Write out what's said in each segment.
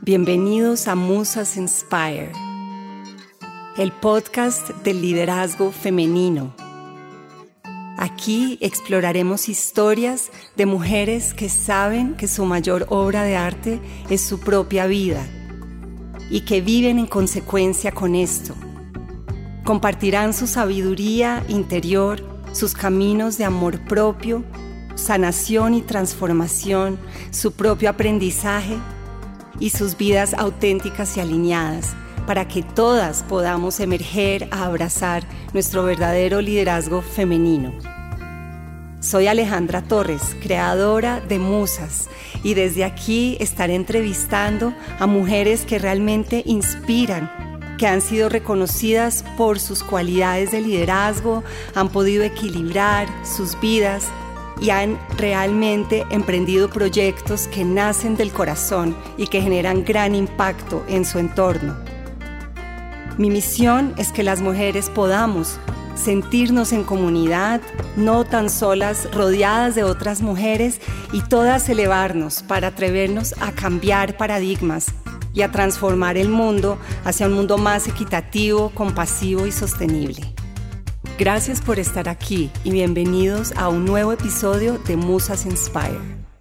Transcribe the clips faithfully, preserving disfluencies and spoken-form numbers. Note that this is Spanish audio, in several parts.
Bienvenidos a Musas Inspire, el podcast del liderazgo femenino. Aquí exploraremos historias de mujeres que saben que su mayor obra de arte es su propia vida y que viven en consecuencia con esto. Compartirán su sabiduría interior, sus caminos de amor propio, sanación y transformación, su propio aprendizaje y sus vidas auténticas y alineadas, para que todas podamos emerger a abrazar nuestro verdadero liderazgo femenino. Soy Alejandra Torres, creadora de Musas, y desde aquí estaré entrevistando a mujeres que realmente inspiran, que han sido reconocidas por sus cualidades de liderazgo, han podido equilibrar sus vidas y han realmente emprendido proyectos que nacen del corazón y que generan gran impacto en su entorno. Mi misión es que las mujeres podamos sentirnos en comunidad, no tan solas, rodeadas de otras mujeres y todas elevarnos para atrevernos a cambiar paradigmas y a transformar el mundo hacia un mundo más equitativo, compasivo y sostenible. Gracias por estar aquí y bienvenidos a un nuevo episodio de Musas Inspire.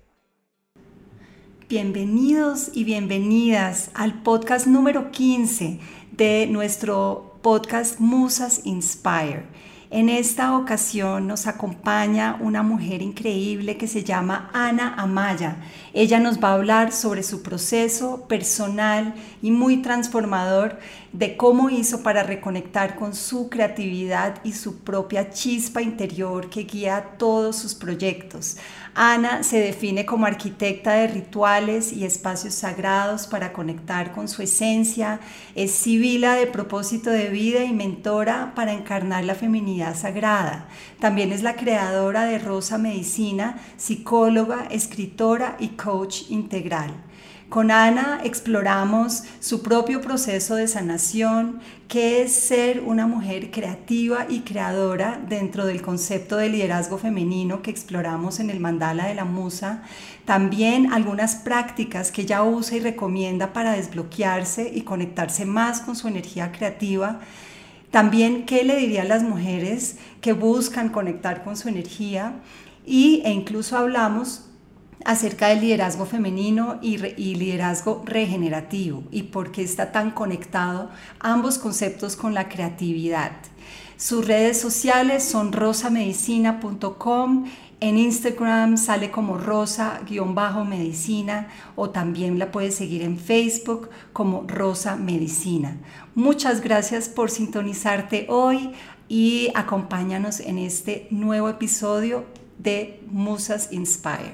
Bienvenidos y bienvenidas al podcast número quince de nuestro podcast Musas Inspire. En esta ocasión nos acompaña una mujer increíble que se llama Ana Amaya. Ella nos va a hablar sobre su proceso personal y muy transformador de cómo hizo para reconectar con su creatividad y su propia chispa interior que guía todos sus proyectos. Ana se define como arquitecta de rituales y espacios sagrados para conectar con su esencia, es sibila de propósito de vida y mentora para encarnar la feminidad sagrada. También es la creadora de Rosa Medicina, psicóloga, escritora y coach integral. Con Ana exploramos su propio proceso de sanación, qué es ser una mujer creativa y creadora dentro del concepto de liderazgo femenino que exploramos en el mandala de la musa, también algunas prácticas que ella usa y recomienda para desbloquearse y conectarse más con su energía creativa. También qué le diría a las mujeres que buscan conectar con su energía y, e incluso hablamos acerca del liderazgo femenino y, re, y liderazgo regenerativo y por qué está tan conectado ambos conceptos con la creatividad. Sus redes sociales son rosa medicina punto com, en Instagram sale como rosa-medicina o también la puedes seguir en Facebook como Rosa Medicina. Muchas gracias por sintonizarte hoy y acompáñanos en este nuevo episodio de Musas Inspire.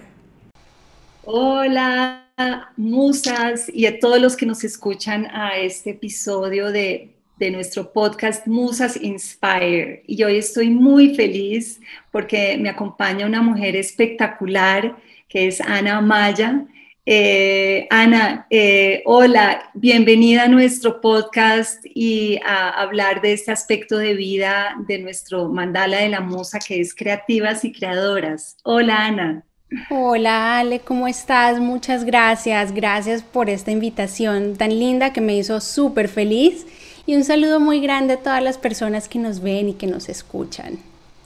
Hola, musas, y a todos los que nos escuchan a este episodio de, de nuestro podcast Musas Inspire. Y hoy estoy muy feliz porque me acompaña una mujer espectacular que es Ana Amaya. Eh, Ana, eh, hola, bienvenida a nuestro podcast y a hablar de este aspecto de vida de nuestro mandala de la musa que es Creativas y Creadoras. Hola, Ana. Hola Ale, ¿cómo estás? Muchas gracias, gracias por esta invitación tan linda que me hizo súper feliz y un saludo muy grande a todas las personas que nos ven y que nos escuchan.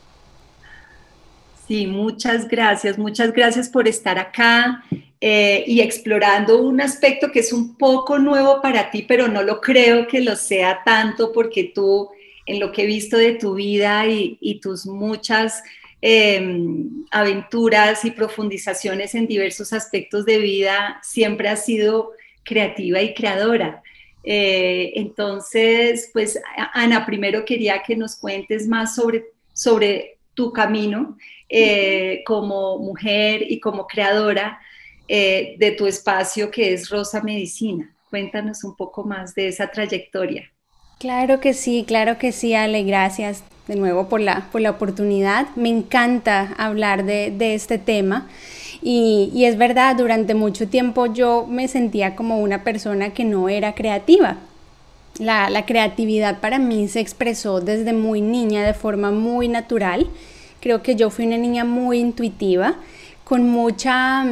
Sí, muchas gracias, muchas gracias por estar acá eh, y explorando un aspecto que es un poco nuevo para ti, pero no lo creo que lo sea tanto porque tú, en lo que he visto de tu vida y, y tus muchas Eh, aventuras y profundizaciones en diversos aspectos de vida, siempre has sido creativa y creadora. Eh, entonces, pues, Ana, primero quería que nos cuentes más sobre, sobre tu camino eh, como mujer y como creadora eh, de tu espacio que es Rosa Medicina. Cuéntanos un poco más de esa trayectoria. Claro que sí, claro que sí, Ale, gracias de nuevo por la, por la oportunidad. Me encanta hablar de, de este tema y, y es verdad, durante mucho tiempo yo me sentía como una persona que no era creativa. La, la creatividad para mí se expresó desde muy niña de forma muy natural. Creo que yo fui una niña muy intuitiva, con mucha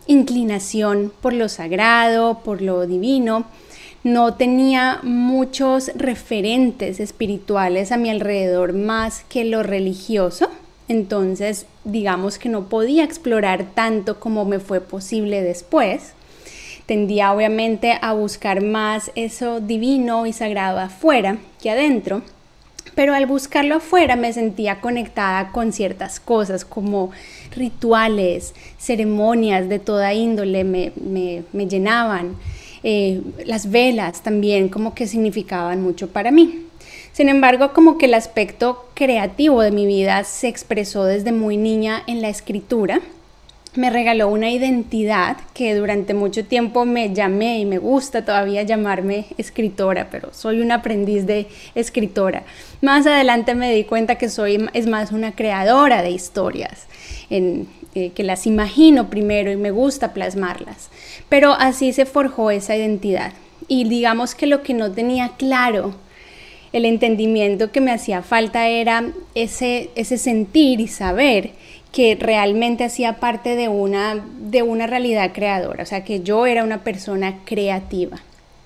inclinación por lo sagrado, por lo divino. No tenía muchos referentes espirituales a mi alrededor más que lo religioso. Entonces, digamos que no podía explorar tanto como me fue posible después. Tendía obviamente a buscar más eso divino y sagrado afuera que adentro, pero al buscarlo afuera me sentía conectada con ciertas cosas como rituales, ceremonias de toda índole me, me, me llenaban. Eh, las velas también como que significaban mucho para mí. Sin embargo, como que el aspecto creativo de mi vida se expresó desde muy niña en la escritura. Me regaló una identidad que durante mucho tiempo me llamé y me gusta todavía llamarme escritora, pero soy una aprendiz de escritora. Más adelante me di cuenta que soy es más una creadora de historias, en, eh, que las imagino primero y me gusta plasmarlas. Pero así se forjó esa identidad. Y digamos que lo que no tenía claro, el entendimiento que me hacía falta era ese, ese sentir y saber que realmente hacía parte de una, de una realidad creadora, o sea, que yo era una persona creativa.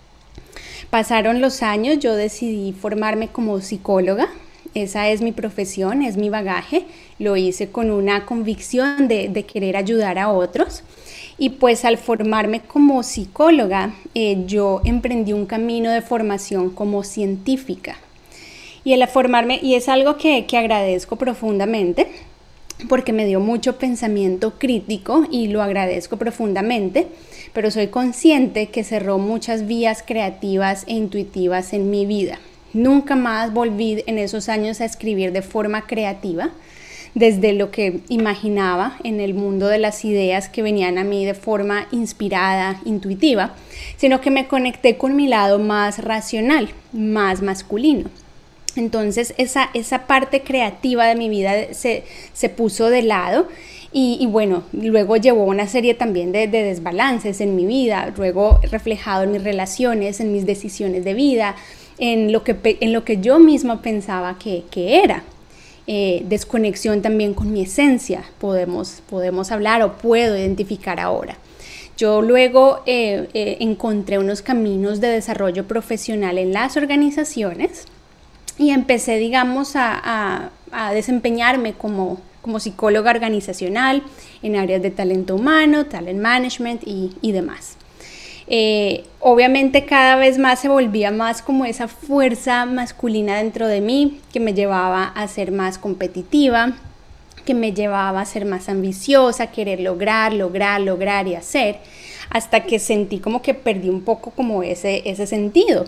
Pasaron los años, yo decidí formarme como psicóloga. Esa es mi profesión, es mi bagaje. Lo hice con una convicción de, de querer ayudar a otros. Y pues al formarme como psicóloga, eh, yo emprendí un camino de formación como científica. Y el formarme, y es algo que, que agradezco profundamente, porque me dio mucho pensamiento crítico y lo agradezco profundamente, pero soy consciente que cerró muchas vías creativas e intuitivas en mi vida. Nunca más volví en esos años a escribir de forma creativa, desde lo que imaginaba en el mundo de las ideas que venían a mí de forma inspirada, intuitiva, sino que me conecté con mi lado más racional, más masculino. Entonces esa, esa parte creativa de mi vida se, se puso de lado y, y bueno, luego llevó una serie también de, de desbalances en mi vida, luego reflejado en mis relaciones, en mis decisiones de vida, en lo que, en lo que yo misma pensaba que, que era. Eh, desconexión también con mi esencia, podemos, podemos hablar o puedo identificar ahora. Yo luego eh, eh, encontré unos caminos de desarrollo profesional en las organizaciones y empecé, digamos, a, a, a desempeñarme como, como psicóloga organizacional en áreas de talento humano, talent management y, y demás. Eh, obviamente cada vez más se volvía más como esa fuerza masculina dentro de mí que me llevaba a ser más competitiva, que me llevaba a ser más ambiciosa, a querer lograr, lograr, lograr y hacer, hasta que sentí como que perdí un poco como ese, ese sentido.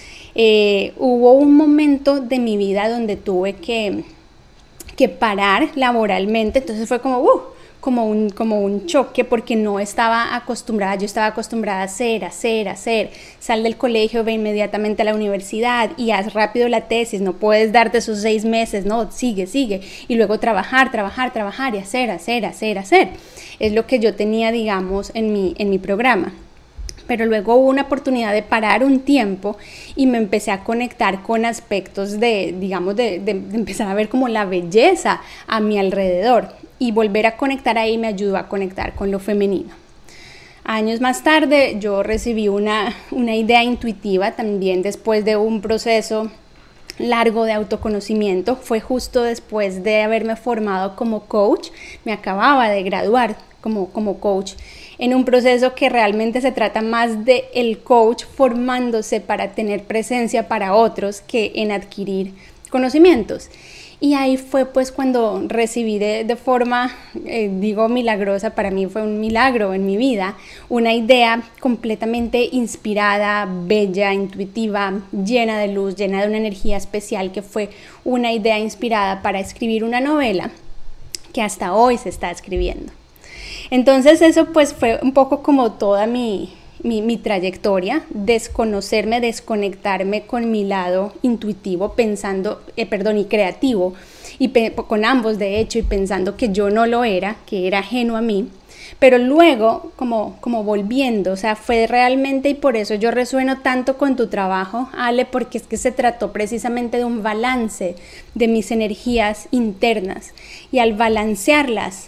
Eh, hubo un momento de mi vida donde tuve que, que parar laboralmente, entonces fue como, uh, como un, como un choque porque no estaba acostumbrada, yo estaba acostumbrada a hacer, hacer, hacer, sal del colegio, ve inmediatamente a la universidad y haz rápido la tesis, no puedes darte esos seis meses, no, sigue, sigue, y luego trabajar, trabajar, trabajar y hacer, hacer, hacer, hacer, es lo que yo tenía, digamos, en mi, en mi programa. Pero luego hubo una oportunidad de parar un tiempo y me empecé a conectar con aspectos de, digamos, de, de, de empezar a ver como la belleza a mi alrededor y volver a conectar ahí me ayudó a conectar con lo femenino. Años más tarde yo recibí una, una idea intuitiva también después de un proceso largo de autoconocimiento. Fue justo después de haberme formado como coach, me acababa de graduar como, como coach, en un proceso que realmente se trata más de el coach formándose para tener presencia para otros que en adquirir conocimientos. Y ahí fue pues cuando recibí de, de forma, eh, digo milagrosa, para mí fue un milagro en mi vida, una idea completamente inspirada, bella, intuitiva, llena de luz, llena de una energía especial, que fue una idea inspirada para escribir una novela que hasta hoy se está escribiendo. Entonces eso pues fue un poco como toda mi, mi, mi trayectoria, desconocerme, desconectarme con mi lado intuitivo, pensando, eh, perdón, y creativo, y pe- con ambos de hecho, y pensando que yo no lo era, que era ajeno a mí, pero luego como, como volviendo, o sea, fue realmente, y por eso yo resueno tanto con tu trabajo, Ale, porque es que se trató precisamente de un balance de mis energías internas, y al balancearlas,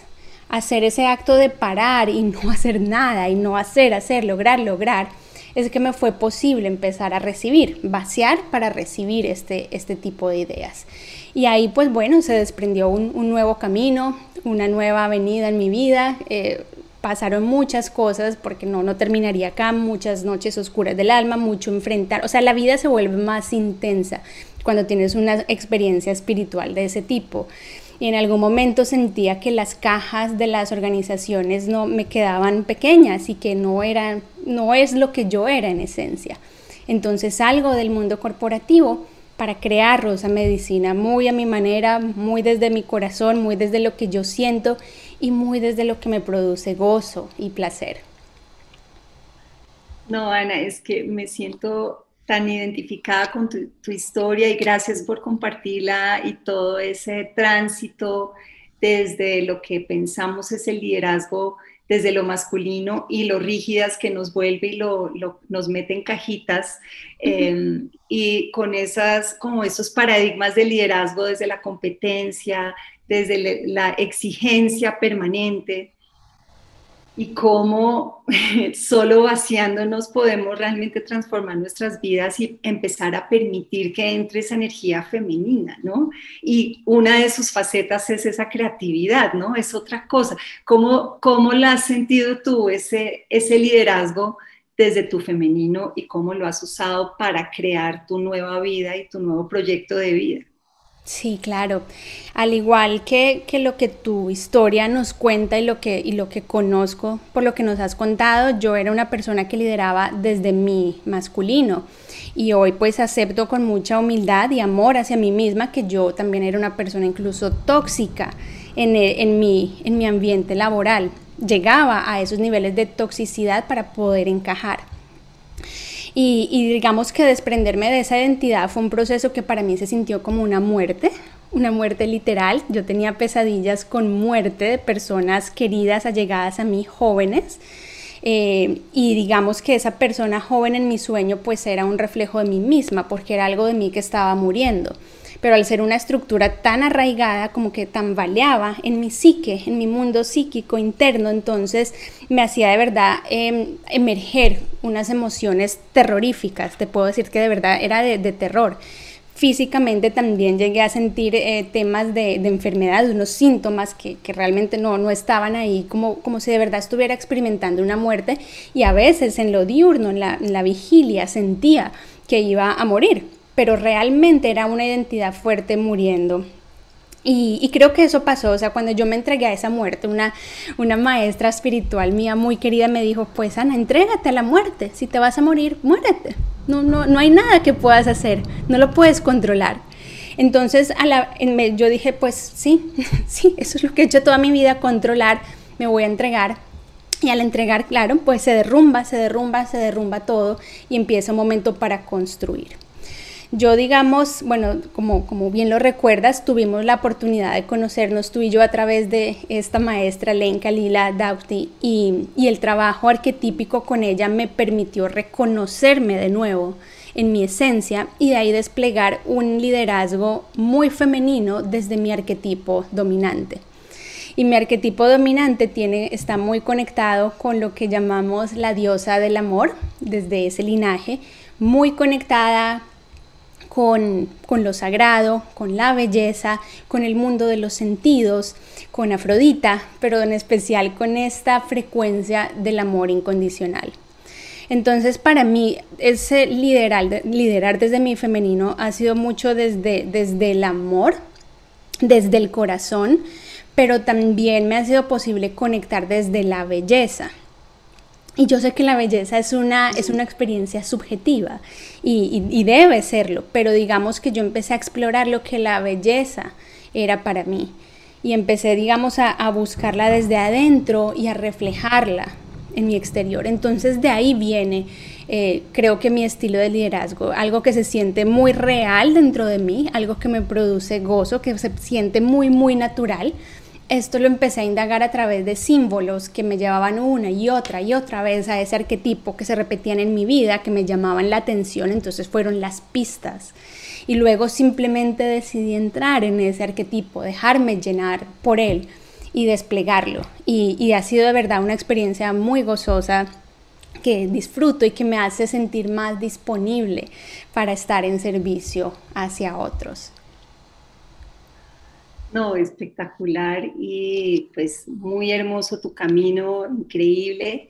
hacer ese acto de parar y no hacer nada, y no hacer, hacer, lograr, lograr, es que me fue posible empezar a recibir, vaciar para recibir este, este tipo de ideas. Y ahí pues bueno, se desprendió un, un nuevo camino, una nueva avenida en mi vida. Eh, pasaron muchas cosas, porque no, no terminaría acá, muchas noches oscuras del alma, mucho enfrentar, o sea, la vida se vuelve más intensa cuando tienes una experiencia espiritual de ese tipo. Y en algún momento sentía que las cajas de las organizaciones no me quedaban pequeñas y que no eran, no es lo que yo era en esencia. Entonces salgo del mundo corporativo para crear Rosa Medicina muy a mi manera, muy desde mi corazón, muy desde lo que yo siento y muy desde lo que me produce gozo y placer. No, Ana, es que me siento tan identificada con tu, tu historia, y gracias por compartirla, y todo ese tránsito desde lo que pensamos es el liderazgo, desde lo masculino y lo rígidas que nos vuelve y lo, lo, nos mete en cajitas, eh, y con esas, como esos paradigmas de liderazgo desde la competencia, desde le, la exigencia permanente, y cómo solo vaciándonos podemos realmente transformar nuestras vidas y empezar a permitir que entre esa energía femenina, ¿no? Y una de sus facetas es esa creatividad, ¿no? Es otra cosa. ¿Cómo, cómo la has sentido tú, ese, ese liderazgo desde tu femenino, y cómo lo has usado para crear tu nueva vida y tu nuevo proyecto de vida? Sí, claro. Al igual que, que lo que tu historia nos cuenta y lo que, y lo que conozco por lo que nos has contado, yo era una persona que lideraba desde mi masculino, y hoy pues acepto con mucha humildad y amor hacia mí misma que yo también era una persona incluso tóxica en, en, mi, en mi ambiente laboral. Llegaba a esos niveles de toxicidad para poder encajar. Y, y digamos que desprenderme de esa identidad fue un proceso que para mí se sintió como una muerte, una muerte literal. Yo tenía pesadillas con muerte de personas queridas, allegadas a mí, jóvenes. Eh, y digamos que esa persona joven en mi sueño pues era un reflejo de mí misma, porque era algo de mí que estaba muriendo. Pero al ser una estructura tan arraigada, como que tambaleaba en mi psique, en mi mundo psíquico interno, entonces me hacía de verdad eh, emerger unas emociones terroríficas. Te puedo decir que de verdad era de, de terror. Físicamente también llegué a sentir eh, temas de, de enfermedad, unos síntomas que, que realmente no, no estaban ahí, como, como si de verdad estuviera experimentando una muerte, y a veces en lo diurno, en la, en la vigilia, sentía que iba a morir, pero realmente era una identidad fuerte muriendo. Y, y creo que eso pasó, o sea, cuando yo me entregué a esa muerte, una, una maestra espiritual mía muy querida me dijo, pues Ana, entrégate a la muerte, si te vas a morir, muérete, no, no, no hay nada que puedas hacer, no lo puedes controlar. Entonces a la, en, yo dije, pues sí, sí, eso es lo que he hecho toda mi vida, controlar, me voy a entregar. Y al entregar, claro, pues se derrumba, se derrumba, se derrumba todo, y empieza un momento para construir. Yo digamos, bueno, como, como bien lo recuerdas, tuvimos la oportunidad de conocernos tú y yo a través de esta maestra Lenka Lila Dauti, y, y el trabajo arquetípico con ella me permitió reconocerme de nuevo en mi esencia, y de ahí desplegar un liderazgo muy femenino desde mi arquetipo dominante. Y mi arquetipo dominante tiene, está muy conectado con lo que llamamos la diosa del amor, desde ese linaje, muy conectada Con, con lo sagrado, con la belleza, con el mundo de los sentidos, con Afrodita, pero en especial con esta frecuencia del amor incondicional. Entonces para mí ese liderar, liderar desde mi femenino ha sido mucho desde, desde el amor, desde el corazón, pero también me ha sido posible conectar desde la belleza. Y yo sé que la belleza es una, es una experiencia subjetiva y, y, y debe serlo, pero digamos que yo empecé a explorar lo que la belleza era para mí, y empecé, digamos, a, a buscarla desde adentro y a reflejarla en mi exterior. Entonces de ahí viene, eh, creo que mi estilo de liderazgo, algo que se siente muy real dentro de mí, algo que me produce gozo, que se siente muy, muy natural. Esto lo empecé a indagar a través de símbolos que me llevaban una y otra y otra vez a ese arquetipo que se repetían en mi vida, que me llamaban la atención, entonces fueron las pistas. Y luego simplemente decidí entrar en ese arquetipo, dejarme llenar por él. y desplegarlo. Y, y ha sido de verdad una experiencia muy gozosa que disfruto y que me hace sentir más disponible para estar en servicio hacia otros. No, espectacular y pues muy hermoso tu camino, increíble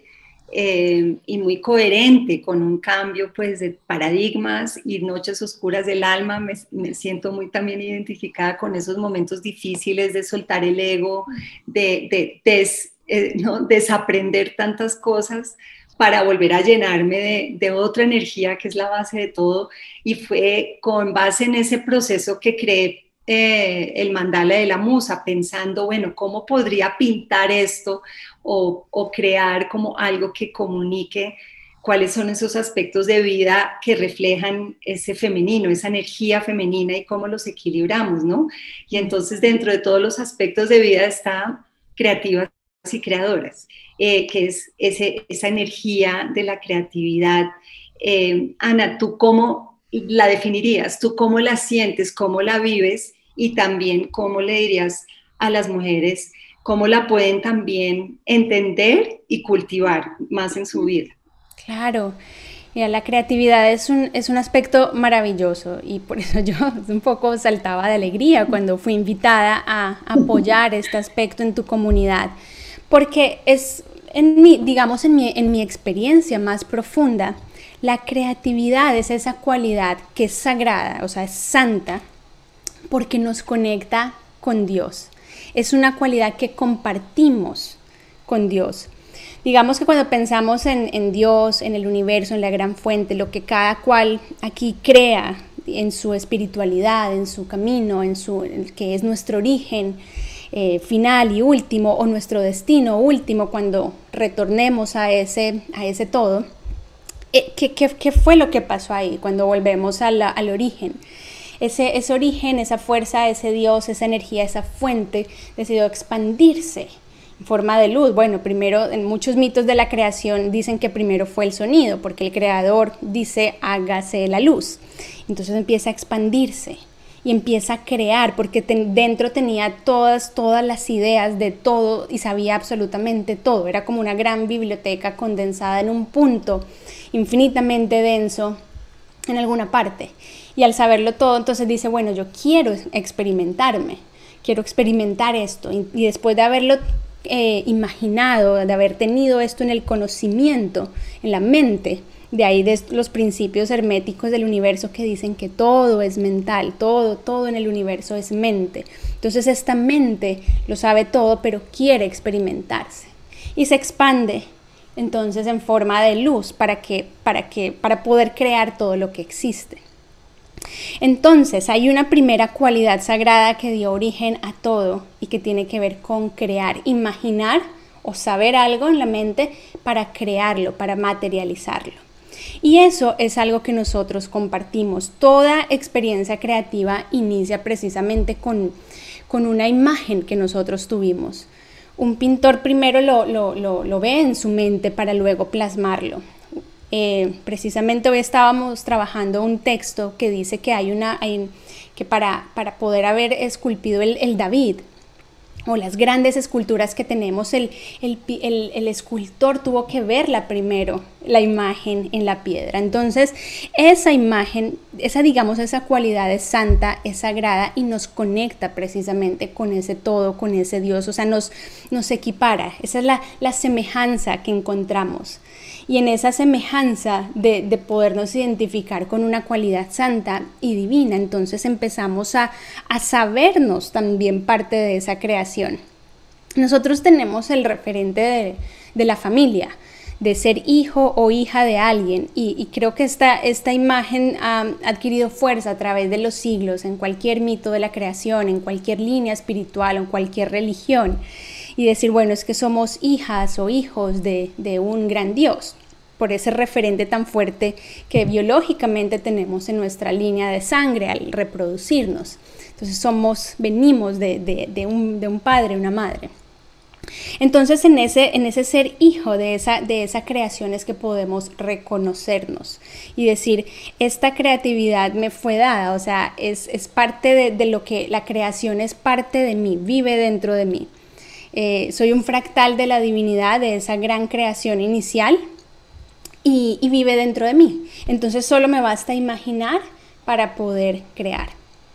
eh, y muy coherente con un cambio pues de paradigmas y noches oscuras del alma. Me, me siento muy también identificada con esos momentos difíciles de soltar el ego, de, de des, eh, ¿no? desaprender tantas cosas para volver a llenarme de, de otra energía que es la base de todo, y fue con base en ese proceso que creé Eh, el mandala de la musa, pensando, bueno, ¿cómo podría pintar esto o, o crear como algo que comunique cuáles son esos aspectos de vida que reflejan ese femenino, esa energía femenina y cómo los equilibramos, ¿no? Y entonces dentro de todos los aspectos de vida está creativas y creadoras, eh, que es ese, esa energía de la creatividad. Eh, Ana, ¿tú cómo la definirías? ¿Tú cómo la sientes? ¿Cómo la vives? Y también cómo le dirías a las mujeres cómo la pueden también entender y cultivar más en su vida. Claro, mira, la creatividad es un, es un aspecto maravilloso y por eso yo un poco saltaba de alegría cuando fui invitada a apoyar este aspecto en tu comunidad, porque es, en mi, digamos, en mi, en mi experiencia más profunda, la creatividad es esa cualidad que es sagrada, o sea, es santa, porque nos conecta con Dios. Es una cualidad que compartimos con Dios. Digamos que cuando pensamos en, en Dios, en el universo, en la gran fuente, lo que cada cual aquí crea en su espiritualidad, en su camino, en su, en que es nuestro origen eh, final y último, o nuestro destino último cuando retornemos a ese, a ese todo, eh, ¿qué, qué, ¿qué fue lo que pasó ahí cuando volvemos a la, al origen? Ese, ese origen, esa fuerza, ese Dios, esa energía, esa fuente decidió expandirse en forma de luz. Bueno, primero, en muchos mitos de la creación dicen que primero fue el sonido, porque el creador dice hágase la luz. Entonces empieza a expandirse y empieza a crear, porque ten, dentro tenía todas, todas las ideas de todo y sabía absolutamente todo. Era como una gran biblioteca condensada en un punto infinitamente denso en alguna parte. Y al saberlo todo, entonces dice, bueno, yo quiero experimentarme, quiero experimentar esto. Y, y después de haberlo eh, imaginado, de haber tenido esto en el conocimiento, en la mente, de ahí de los principios herméticos del universo que dicen que todo es mental, todo, todo en el universo es mente. Entonces esta mente lo sabe todo, pero quiere experimentarse. Y se expande entonces en forma de luz para, que, para, que, para poder crear todo lo que existe. Entonces hay una primera cualidad sagrada que dio origen a todo y que tiene que ver con crear, imaginar o saber algo en la mente para crearlo, para materializarlo. Y eso es algo que nosotros compartimos. Toda experiencia creativa inicia precisamente con, con una imagen que nosotros tuvimos. Un pintor primero lo, lo, lo, lo ve en su mente para luego plasmarlo. Eh, precisamente hoy estábamos trabajando un texto que dice que hay una hay, que para, para poder haber esculpido el, el David o las grandes esculturas que tenemos, el, el, el, el escultor tuvo que verla primero, la imagen en la piedra. Entonces esa imagen, esa digamos esa cualidad es santa, es sagrada y nos conecta precisamente con ese todo, con ese Dios, o sea nos, nos equipara. Esa es la, la semejanza que encontramos. Y en esa semejanza de, de podernos identificar con una cualidad santa y divina, entonces empezamos a, a sabernos también parte de esa creación. Nosotros tenemos el referente de, de la familia, de ser hijo o hija de alguien, y, y creo que esta, esta imagen ha adquirido fuerza a través de los siglos en cualquier mito de la creación, en cualquier línea espiritual o en cualquier religión. Y decir, bueno, es que somos hijas o hijos de, de un gran Dios, por ese referente tan fuerte que biológicamente tenemos en nuestra línea de sangre al reproducirnos. Entonces somos, venimos de, de, de, un, de un padre, una madre. Entonces en ese, en ese ser hijo de esa, de esa creación es que podemos reconocernos y decir, esta creatividad me fue dada, o sea, es, es parte de, de lo que la creación es parte de mí, vive dentro de mí. Eh, soy un fractal de la divinidad, de esa gran creación inicial, y, y vive dentro de mí. Entonces solo me basta imaginar para poder crear.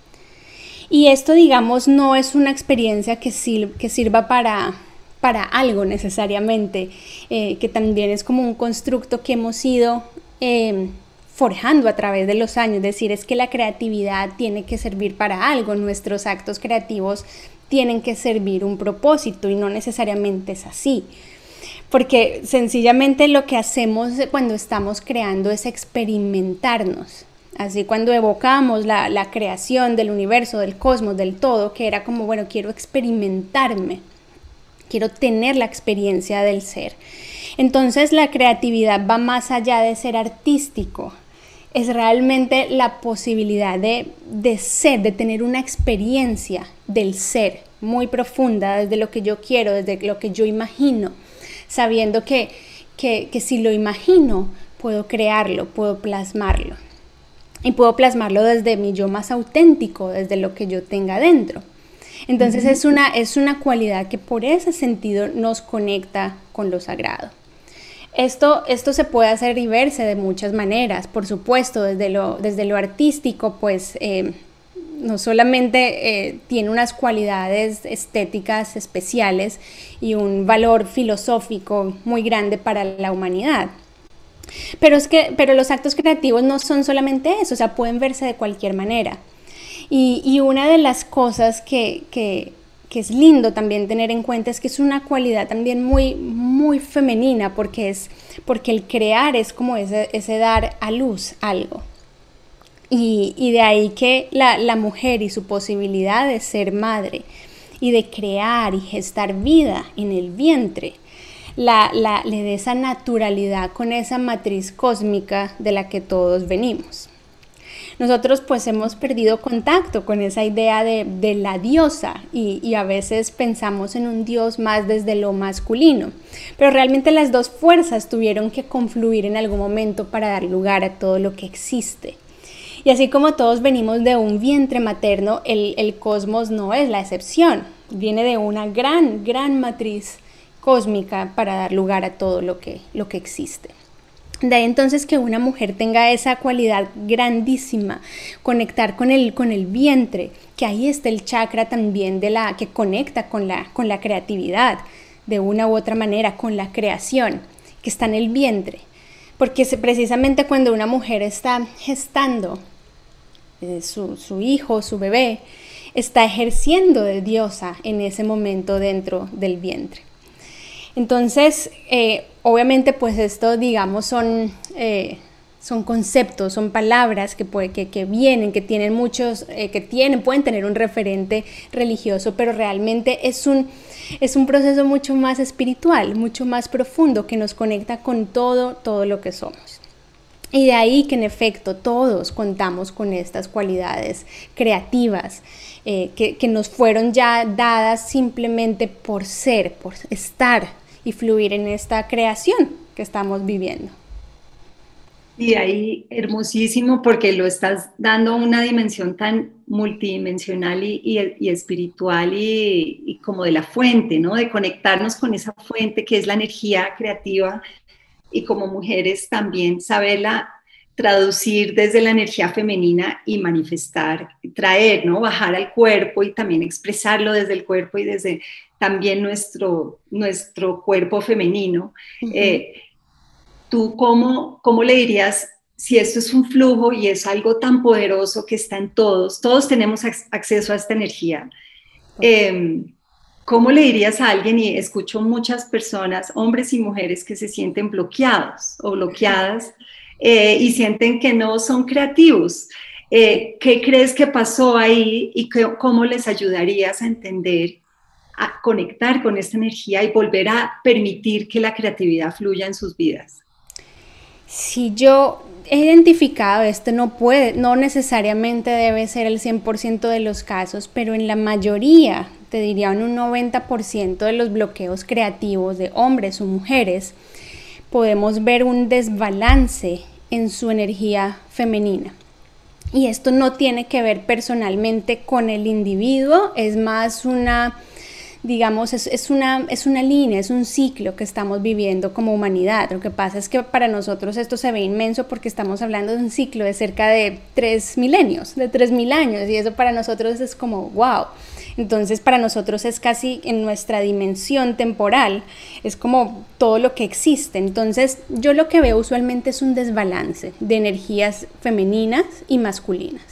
Y esto, digamos, no es una experiencia que, sir- que sirva para, para algo necesariamente, eh, que también es como un constructo que hemos ido eh, forjando a través de los años. Es decir, es que la creatividad tiene que servir para algo, nuestros actos creativos tienen que servir un propósito, y no necesariamente es así. Porque sencillamente lo que hacemos cuando estamos creando es experimentarnos. Así cuando evocamos la, la creación del universo, del cosmos, del todo, que era como, bueno, quiero experimentarme, quiero tener la experiencia del ser. Entonces la creatividad va más allá de ser artístico, es realmente la posibilidad de, de ser, de tener una experiencia del ser muy profunda, desde lo que yo quiero, desde lo que yo imagino, sabiendo que, que, que si lo imagino, puedo crearlo, puedo plasmarlo. Y puedo plasmarlo desde mi yo más auténtico, desde lo que yo tenga dentro. Entonces uh-huh. es, una, es una cualidad que por ese sentido nos conecta con lo sagrado. Esto, esto se puede hacer y verse de muchas maneras, por supuesto, desde lo, desde lo artístico, pues eh, no solamente eh, tiene unas cualidades estéticas especiales y un valor filosófico muy grande para la humanidad. Pero, es que, pero los actos creativos no son solamente eso, o sea, pueden verse de cualquier manera. Y, y una de las cosas que, que, que es lindo también tener en cuenta es que es una cualidad también muy, muy femenina, porque, es, porque el crear es como ese, ese dar a luz algo. Y, y de ahí que la, la mujer y su posibilidad de ser madre y de crear y gestar vida en el vientre, La, la, le dé esa naturalidad con esa matriz cósmica de la que todos venimos. Nosotros pues hemos perdido contacto con esa idea de, de la diosa y, y a veces pensamos en un dios más desde lo masculino, pero realmente las dos fuerzas tuvieron que confluir en algún momento para dar lugar a todo lo que existe. Y así como todos venimos de un vientre materno, el, el cosmos no es la excepción, viene de una gran, gran matriz cósmica para dar lugar a todo lo que, lo que existe. De ahí entonces que una mujer tenga esa cualidad grandísima, conectar con el, con el vientre, que ahí está el chakra también de la, que conecta con la, con la creatividad, de una u otra manera, con la creación, que está en el vientre. Porque precisamente cuando una mujer está gestando eh, su, su hijo, su bebé, está ejerciendo de diosa en ese momento dentro del vientre. Entonces, eh, obviamente, pues esto, digamos, son, eh, son conceptos, son palabras que, puede, que, que vienen, que tienen muchos, eh, que tienen, pueden tener un referente religioso, pero realmente es un, es un proceso mucho más espiritual, mucho más profundo, que nos conecta con todo, todo lo que somos. Y de ahí que en efecto todos contamos con estas cualidades creativas eh, que, que nos fueron ya dadas simplemente por ser, por estar y fluir en esta creación que estamos viviendo. Y ahí hermosísimo, porque lo estás dando una dimensión tan multidimensional y, y, y espiritual y, y como de la fuente, ¿no? De conectarnos con esa fuente que es la energía creativa, y como mujeres también saberla traducir desde la energía femenina y manifestar, traer, ¿no? Bajar al cuerpo y también expresarlo desde el cuerpo y desde también nuestro, nuestro cuerpo femenino. Uh-huh. Eh, ¿Tú cómo, cómo le dirías, si esto es un flujo y es algo tan poderoso que está en todos, todos tenemos acceso a esta energía, eh, ¿cómo le dirías a alguien? Y escucho muchas personas, hombres y mujeres, que se sienten bloqueados o bloqueadas eh, y sienten que no son creativos. Eh, ¿Qué crees que pasó ahí y que, cómo les ayudarías a entender, a conectar con esta energía y volver a permitir que la creatividad fluya en sus vidas? Si yo he identificado esto, no puede, no necesariamente debe ser el cien por ciento de los casos, pero en la mayoría, te diría en un noventa por ciento de los bloqueos creativos de hombres o mujeres, podemos ver un desbalance en su energía femenina. Y esto no tiene que ver personalmente con el individuo, es más una, digamos, es, es, una, es una línea, es un ciclo que estamos viviendo como humanidad. Lo que pasa es que para nosotros esto se ve inmenso porque estamos hablando de un ciclo de cerca de tres milenios, de tres mil años, y eso para nosotros es como wow. Entonces para nosotros es casi en nuestra dimensión temporal, es como todo lo que existe. Entonces yo lo que veo usualmente es un desbalance de energías femeninas y masculinas.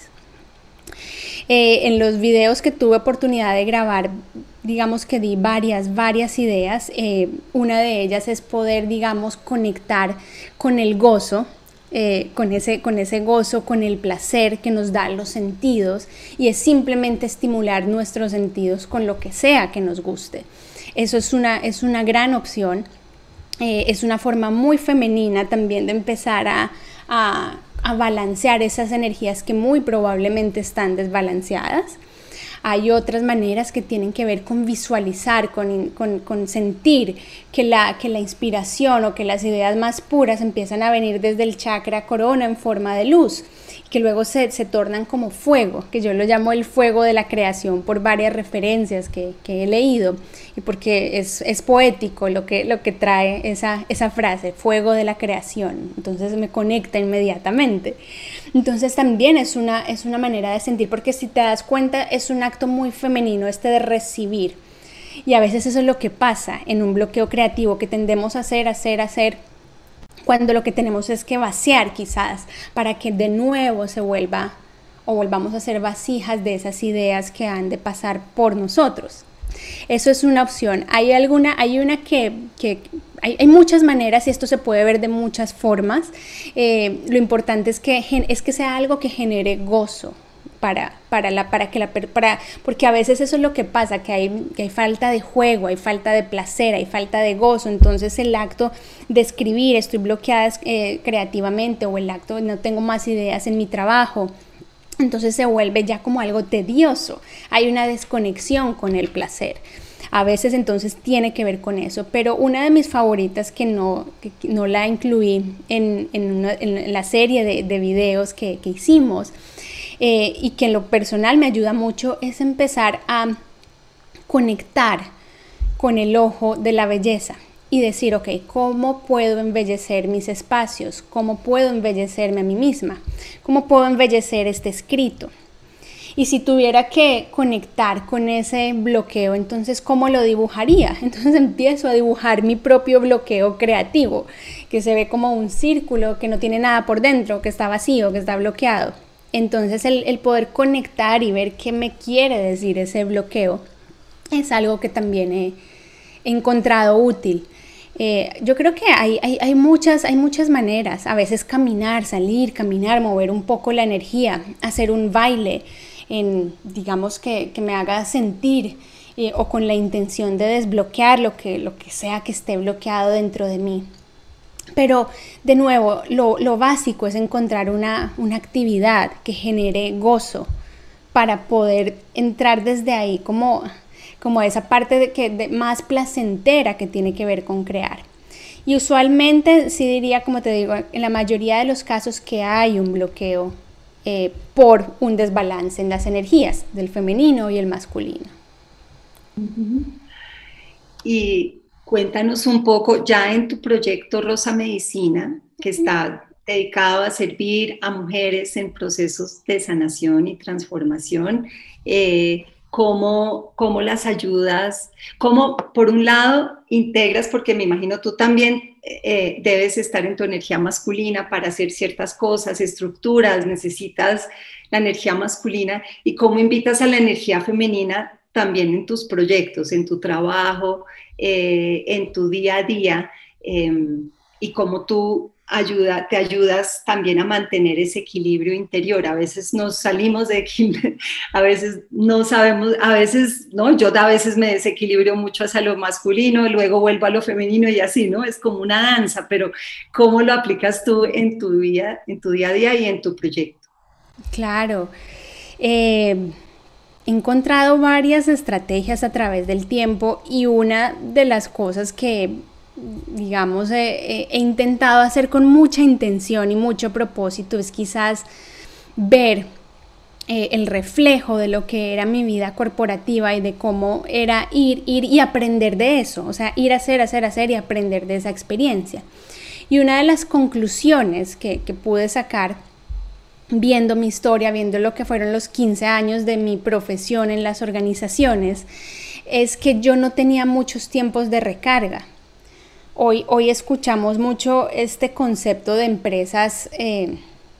Eh, en los videos que tuve oportunidad de grabar, digamos que di varias, varias ideas. Eh, una de ellas es poder, digamos, conectar con el gozo, eh, con, ese, con ese gozo, con el placer que nos dan los sentidos, y es simplemente estimular nuestros sentidos con lo que sea que nos guste. Eso es una, es una gran opción. Eh, es una forma muy femenina también de empezar a, a a balancear esas energías que muy probablemente están desbalanceadas. Hay otras maneras que tienen que ver con visualizar, con, con, con sentir que la, que la inspiración o que las ideas más puras empiezan a venir desde el chakra corona en forma de luz, que luego se, se tornan como fuego, que yo lo llamo el fuego de la creación por varias referencias que, que he leído, y porque es, es poético lo que, lo que trae esa, esa frase, fuego de la creación. Entonces me conecta inmediatamente. Entonces también es una, es una manera de sentir, porque si te das cuenta es un acto muy femenino este de recibir, y a veces eso es lo que pasa en un bloqueo creativo, que tendemos a hacer, hacer, hacer, cuando lo que tenemos es que vaciar quizás para que de nuevo se vuelva o volvamos a ser vasijas de esas ideas que han de pasar por nosotros. Eso es una opción. Hay alguna, hay una que, que hay, hay muchas maneras, y esto se puede ver de muchas formas. Eh, lo importante es que, es que sea algo que genere gozo. Para, para la, para que la, para, porque a veces eso es lo que pasa, que hay, que hay falta de juego, hay falta de placer, hay falta de gozo. Entonces el acto de escribir, estoy bloqueada eh, creativamente, o el acto de no tengo más ideas en mi trabajo, entonces se vuelve ya como algo tedioso, hay una desconexión con el placer. A veces entonces tiene que ver con eso, pero una de mis favoritas que no, que no la incluí en, en, una, en la serie de, de videos que, que hicimos, Eh, y que en lo personal me ayuda mucho, es empezar a conectar con el ojo de la belleza y decir, ok, ¿cómo puedo embellecer mis espacios? ¿Cómo puedo embellecerme a mí misma? ¿Cómo puedo embellecer este escrito? Y si tuviera que conectar con ese bloqueo, entonces, ¿cómo lo dibujaría? Entonces empiezo a dibujar mi propio bloqueo creativo, que se ve como un círculo que no tiene nada por dentro, que está vacío, que está bloqueado. Entonces el, el poder conectar y ver qué me quiere decir ese bloqueo es algo que también he, he encontrado útil. Eh, yo creo que hay, hay, hay, muchas, hay muchas maneras. A veces caminar, salir, caminar, mover un poco la energía, hacer un baile, en, digamos que, que me haga sentir eh, o con la intención de desbloquear lo que, lo que sea que esté bloqueado dentro de mí. Pero de nuevo, lo, lo básico es encontrar una, una actividad que genere gozo para poder entrar desde ahí como, como esa parte de que, de, más placentera que tiene que ver con crear. Y usualmente, sí diría, como te digo, en la mayoría de los casos que hay un bloqueo eh, por un desbalance en las energías del femenino y el masculino. Uh-huh. Y cuéntanos un poco, ya en tu proyecto Rosa Medicina, que está dedicado a servir a mujeres en procesos de sanación y transformación, eh, ¿cómo, cómo las ayudas? ¿Cómo, por un lado, integras, porque me imagino tú también eh, debes estar en tu energía masculina para hacer ciertas cosas, estructuras, necesitas la energía masculina, y cómo invitas a la energía femenina también en tus proyectos, en tu trabajo, eh, en tu día a día, eh, y cómo tú ayuda, te ayudas también a mantener ese equilibrio interior. A veces nos salimos de equilibrio, a veces no sabemos, a veces, ¿no? Yo a veces me desequilibrio mucho hacia lo masculino, luego vuelvo a lo femenino y así, ¿no? Es como una danza, pero ¿cómo lo aplicas tú en tu vida, en tu día a día y en tu proyecto? Claro. Eh... He encontrado varias estrategias a través del tiempo, y una de las cosas que, digamos, he, he intentado hacer con mucha intención y mucho propósito es quizás ver eh, el reflejo de lo que era mi vida corporativa y de cómo era ir, ir y aprender de eso, o sea, ir a hacer, hacer, hacer y aprender de esa experiencia. Y una de las conclusiones que, que pude sacar viendo mi historia, viendo lo que fueron los quince años de mi profesión en las organizaciones, es que yo no tenía muchos tiempos de recarga. Hoy, hoy escuchamos mucho este concepto de empresas eh,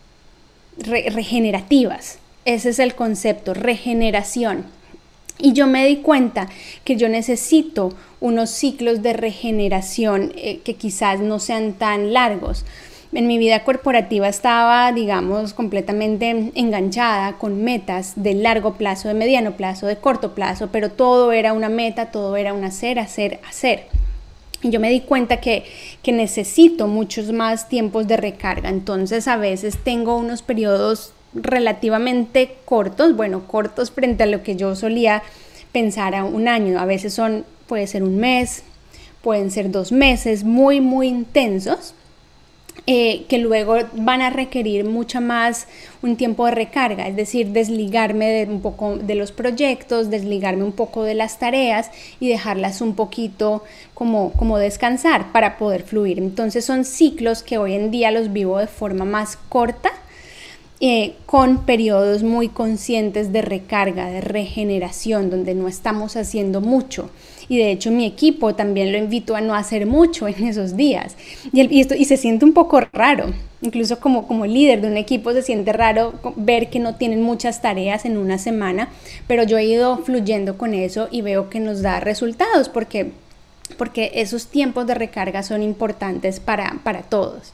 re- regenerativas. Ese es el concepto, regeneración. Y yo me di cuenta que yo necesito unos ciclos de regeneración eh, que quizás no sean tan largos. En mi vida corporativa estaba, digamos, completamente enganchada con metas de largo plazo, de mediano plazo, de corto plazo, pero todo era una meta, todo era un hacer, hacer, hacer. Y yo me di cuenta que, que necesito muchos más tiempos de recarga. Entonces a veces tengo unos periodos relativamente cortos, bueno, cortos frente a lo que yo solía pensar a un año. A veces son, puede ser un mes, pueden ser dos meses, muy, muy intensos. Eh, que luego van a requerir mucha más un tiempo de recarga, es decir, desligarme de un poco de los proyectos, desligarme un poco de las tareas y dejarlas un poquito como, como descansar para poder fluir. Entonces son ciclos que hoy en día los vivo de forma más corta, eh, con periodos muy conscientes de recarga, de regeneración, donde no estamos haciendo mucho. Y de hecho mi equipo también lo invito a no hacer mucho en esos días. Y, el, y, esto, y se siente un poco raro, incluso como, como líder de un equipo se siente raro ver que no tienen muchas tareas en una semana, pero yo he ido fluyendo con eso y veo que nos da resultados porque, porque esos tiempos de recarga son importantes para, para todos.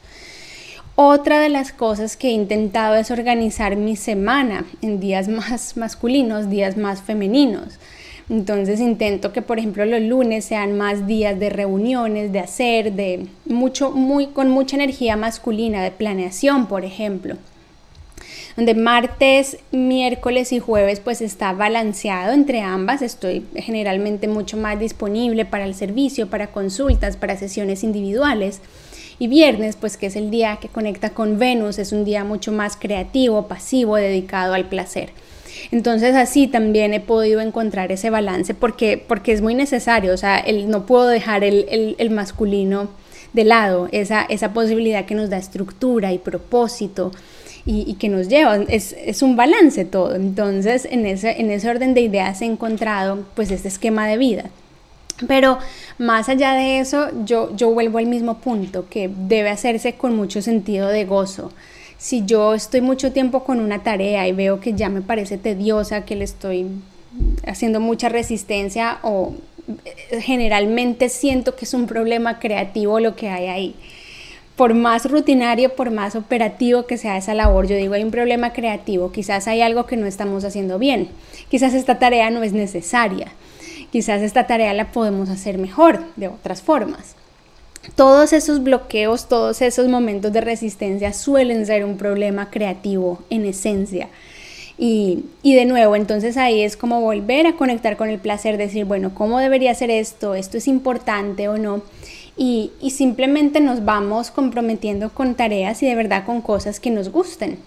Otra de las cosas que he intentado es organizar mi semana en días más masculinos, días más femeninos. Entonces intento que, por ejemplo, los lunes sean más días de reuniones, de hacer, de mucho, muy, con mucha energía masculina, de planeación, por ejemplo. Donde martes, miércoles y jueves pues está balanceado entre ambas. Estoy generalmente mucho más disponible para el servicio, para consultas, para sesiones individuales. Y viernes, pues que es el día que conecta con Venus, es un día mucho más creativo, pasivo, dedicado al placer. Entonces así también he podido encontrar ese balance porque, porque es muy necesario, o sea, el, no puedo dejar el, el, el masculino de lado, esa, esa posibilidad que nos da estructura y propósito y, y que nos lleva, es, es un balance todo. Entonces en ese, en ese orden de ideas he encontrado pues este esquema de vida. Pero más allá de eso, yo, yo vuelvo al mismo punto, que debe hacerse con mucho sentido de gozo. Si yo estoy mucho tiempo con una tarea y veo que ya me parece tediosa, que le estoy haciendo mucha resistencia o generalmente siento que es un problema creativo lo que hay ahí. Por más rutinario, por más operativo que sea esa labor, yo digo hay un problema creativo, quizás hay algo que no estamos haciendo bien, quizás esta tarea no es necesaria, quizás esta tarea la podemos hacer mejor de otras formas. Todos esos bloqueos, todos esos momentos de resistencia suelen ser un problema creativo en esencia. Y, y de nuevo, entonces ahí es como volver a conectar con el placer, decir, bueno, ¿cómo debería ser esto? ¿Esto es importante o no? Y, y simplemente nos vamos comprometiendo con tareas y de verdad con cosas que nos gusten.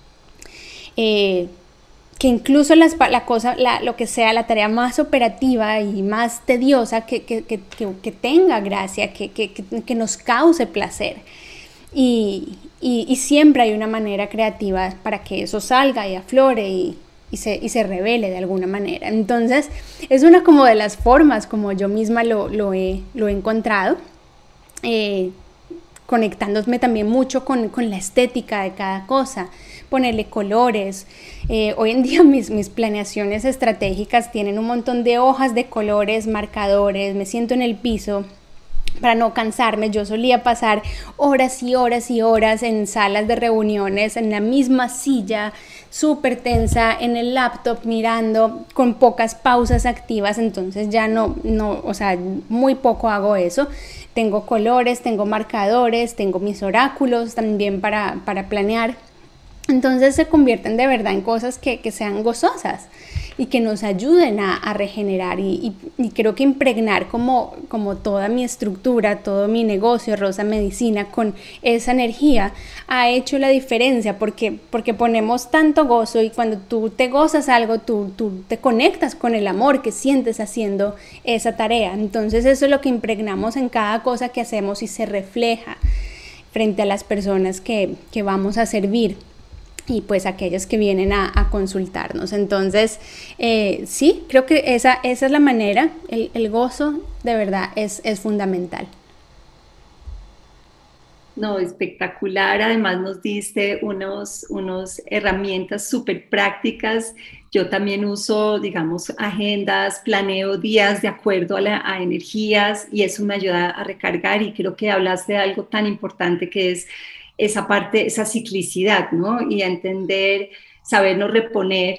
Eh, que incluso las, la cosa, la, lo que sea la tarea más operativa y más tediosa, que, que, que, que, que tenga gracia, que, que, que nos cause placer. Y, y, y siempre hay una manera creativa para que eso salga y aflore y, y, se, y se revele de alguna manera. Entonces es una como de las formas como yo misma lo, lo, he, lo he encontrado. Eh, conectándome también mucho con, con la estética de cada cosa, ponerle colores. Eh, hoy en día mis, mis planeaciones estratégicas tienen un montón de hojas de colores, marcadores, me siento en el piso para no cansarme. Yo solía pasar horas y horas y horas en salas de reuniones, en la misma silla, súper tensa, en el laptop mirando, con pocas pausas activas, entonces ya no, no, o sea, muy poco hago eso. Tengo colores, tengo marcadores, tengo mis oráculos también para, para planear. Entonces se convierten de verdad en cosas que, que sean gozosas y que nos ayuden a, a regenerar y, y, y creo que impregnar como, como toda mi estructura, todo mi negocio, Rosa Medicina, con esa energía ha hecho la diferencia porque, porque ponemos tanto gozo y cuando tú te gozas algo, tú, tú te conectas con el amor que sientes haciendo esa tarea. Entonces eso es lo que impregnamos en cada cosa que hacemos y se refleja frente a las personas que, que vamos a servir y pues aquellos que vienen a, a consultarnos. Entonces, eh, sí, creo que esa, esa es la manera, el, el gozo de verdad es, es fundamental. No, espectacular. Además nos diste unos, unos herramientas súper prácticas. Yo también uso, digamos, agendas, planeo días de acuerdo a, la, a energías y eso me ayuda a recargar y creo que hablaste de algo tan importante que es esa parte, esa ciclicidad, ¿no? Y a entender, sabernos reponer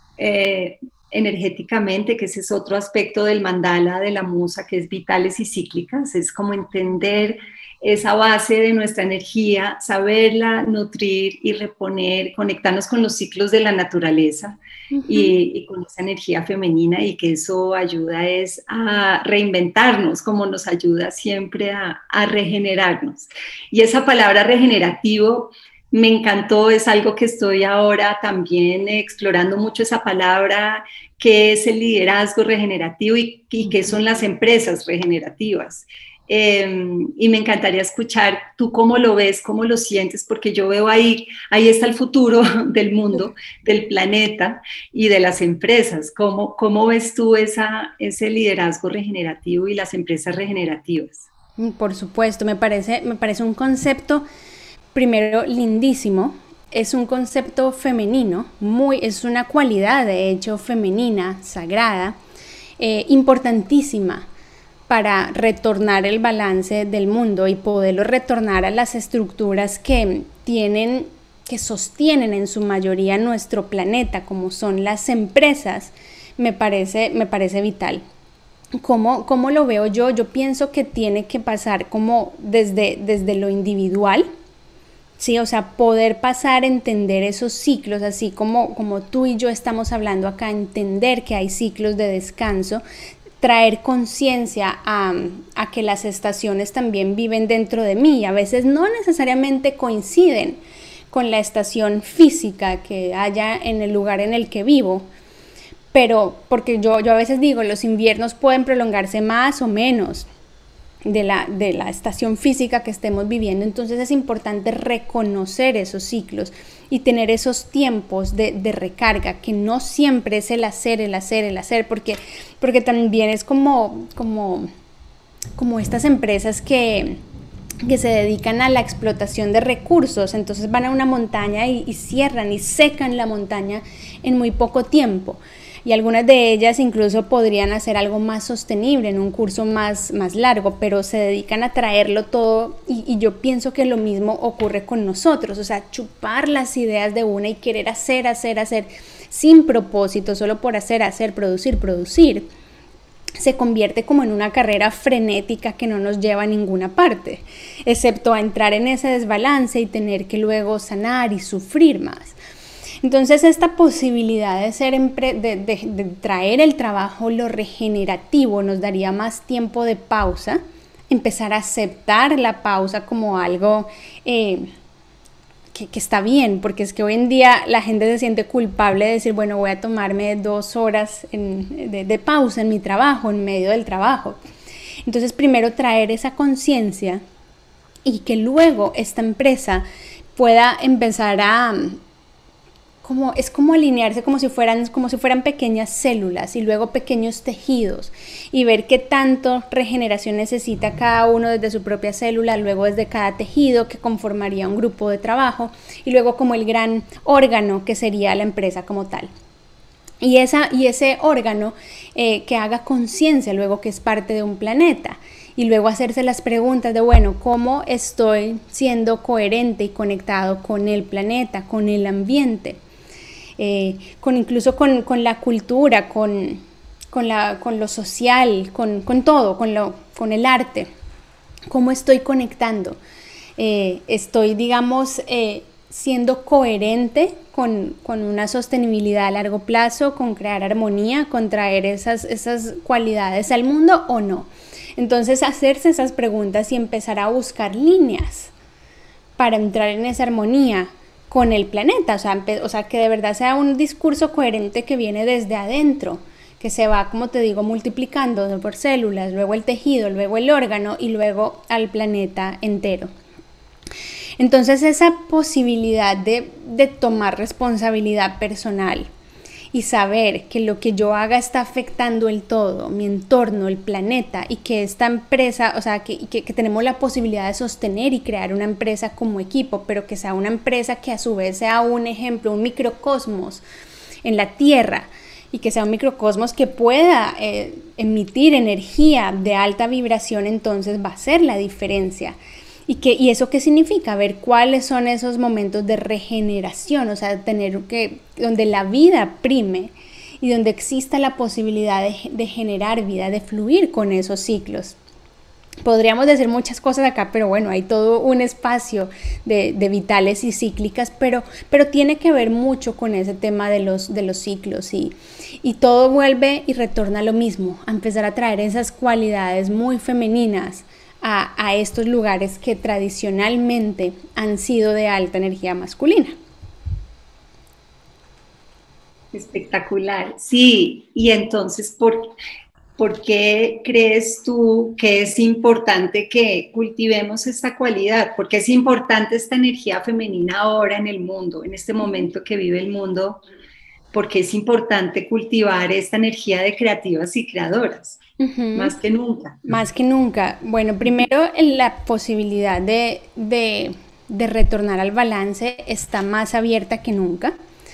eh, energéticamente, que ese es otro aspecto del mandala de la musa, que es vitales y cíclicas, es como entender esa base de nuestra energía, saberla nutrir y reponer, conectarnos con los ciclos de la naturaleza uh-huh. y, y con esa energía femenina y que eso ayuda es a reinventarnos, como nos ayuda siempre a, a regenerarnos. Y esa palabra regenerativo me encantó, es algo que estoy ahora también explorando mucho esa palabra, qué es el liderazgo regenerativo y, y qué son las empresas regenerativas. Eh, y me encantaría escuchar tú cómo lo ves, cómo lo sientes, porque yo veo ahí, ahí está el futuro del mundo, del planeta y de las empresas. ¿Cómo, cómo ves tú esa, ese liderazgo regenerativo y las empresas regenerativas? Por supuesto, me parece, me parece un concepto, primero, lindísimo. Es un concepto femenino, muy, es una cualidad de hecho femenina, sagrada, eh, importantísima para retornar el balance del mundo y poderlo retornar a las estructuras que tienen, que sostienen en su mayoría nuestro planeta, como son las empresas, me parece, me parece vital. ¿Cómo, cómo lo veo yo? Yo pienso que tiene que pasar como desde, desde lo individual, ¿sí? O sea, poder pasar a entender esos ciclos, así como, como tú y yo estamos hablando acá, entender que hay ciclos de descanso, traer conciencia a, a que las estaciones también viven dentro de mí. A veces no necesariamente coinciden con la estación física que haya en el lugar en el que vivo, pero porque yo, yo a veces digo, los inviernos pueden prolongarse más o menos de la, de la estación física que estemos viviendo, entonces es importante reconocer esos ciclos y tener esos tiempos de, de recarga, que no siempre es el hacer, el hacer, el hacer, porque, porque también es como, como, como estas empresas que, que se dedican a la explotación de recursos, entonces van a una montaña y, y cierran y secan la montaña en muy poco tiempo. Y algunas de ellas incluso podrían hacer algo más sostenible en un curso más, más largo, pero se dedican a traerlo todo y, y yo pienso que lo mismo ocurre con nosotros, o sea, chupar las ideas de una y querer hacer, hacer, hacer sin propósito, solo por hacer, hacer, producir, producir, se convierte como en una carrera frenética que no nos lleva a ninguna parte, excepto a entrar en ese desbalance y tener que luego sanar y sufrir más. Entonces esta posibilidad de, ser empre- de, de, de traer el trabajo, lo regenerativo, nos daría más tiempo de pausa, empezar a aceptar la pausa como algo eh, que, que está bien, porque es que hoy en día la gente se siente culpable de decir, bueno, voy a tomarme dos horas en, de, de pausa en mi trabajo, en medio del trabajo. Entonces primero traer esa conciencia y que luego esta empresa pueda empezar a... Como, es como alinearse como si, fueran, como si fueran pequeñas células y luego pequeños tejidos y ver qué tanto regeneración necesita cada uno desde su propia célula, luego desde cada tejido que conformaría un grupo de trabajo y luego como el gran órgano que sería la empresa como tal. Y, esa, y ese órgano eh, que haga conciencia luego que es parte de un planeta y luego hacerse las preguntas de, bueno, ¿cómo estoy siendo coherente y conectado con el planeta, con el ambiente? Eh, con incluso con, con la cultura, con, con, la, con lo social, con, con todo, con, lo, con el arte. ¿Cómo estoy conectando? Eh, estoy, digamos, eh, siendo coherente con, con una sostenibilidad a largo plazo, con crear armonía, con traer esas, esas cualidades al mundo o no. Entonces hacerse esas preguntas y empezar a buscar líneas para entrar en esa armonía con el planeta, o sea, o sea, que de verdad sea un discurso coherente que viene desde adentro, que se va, como te digo, multiplicando por células, luego el tejido, luego el órgano y luego al planeta entero. Entonces esa posibilidad de, de tomar responsabilidad personal y saber que lo que yo haga está afectando el todo, mi entorno, el planeta, y que esta empresa, o sea, que, que, que tenemos la posibilidad de sostener y crear una empresa como equipo, pero que sea una empresa que a su vez sea un ejemplo, un microcosmos en la Tierra, y que sea un microcosmos que pueda eh, emitir energía de alta vibración, entonces va a ser la diferencia. ¿Y, qué, ¿Y eso qué significa? Ver cuáles son esos momentos de regeneración, o sea, tener que, donde la vida prime y donde exista la posibilidad de, de generar vida, de fluir con esos ciclos. Podríamos decir muchas cosas acá, pero bueno, hay todo un espacio de, de vitales y cíclicas, pero, pero tiene que ver mucho con ese tema de los, de los ciclos y, y todo vuelve y retorna a lo mismo, a empezar a traer esas cualidades muy femeninas A, a estos lugares que tradicionalmente han sido de alta energía masculina. Espectacular, sí. Y entonces, ¿por, ¿por qué crees tú que es importante que cultivemos esta cualidad? ¿Por qué es importante esta energía femenina ahora en el mundo, en este momento que vive el mundo? ¿Por qué es importante cultivar esta energía de creativas y creadoras? Uh-huh. Más que nunca. Más que nunca. Bueno, primero la posibilidad de, de, de retornar al balance está más abierta que nunca.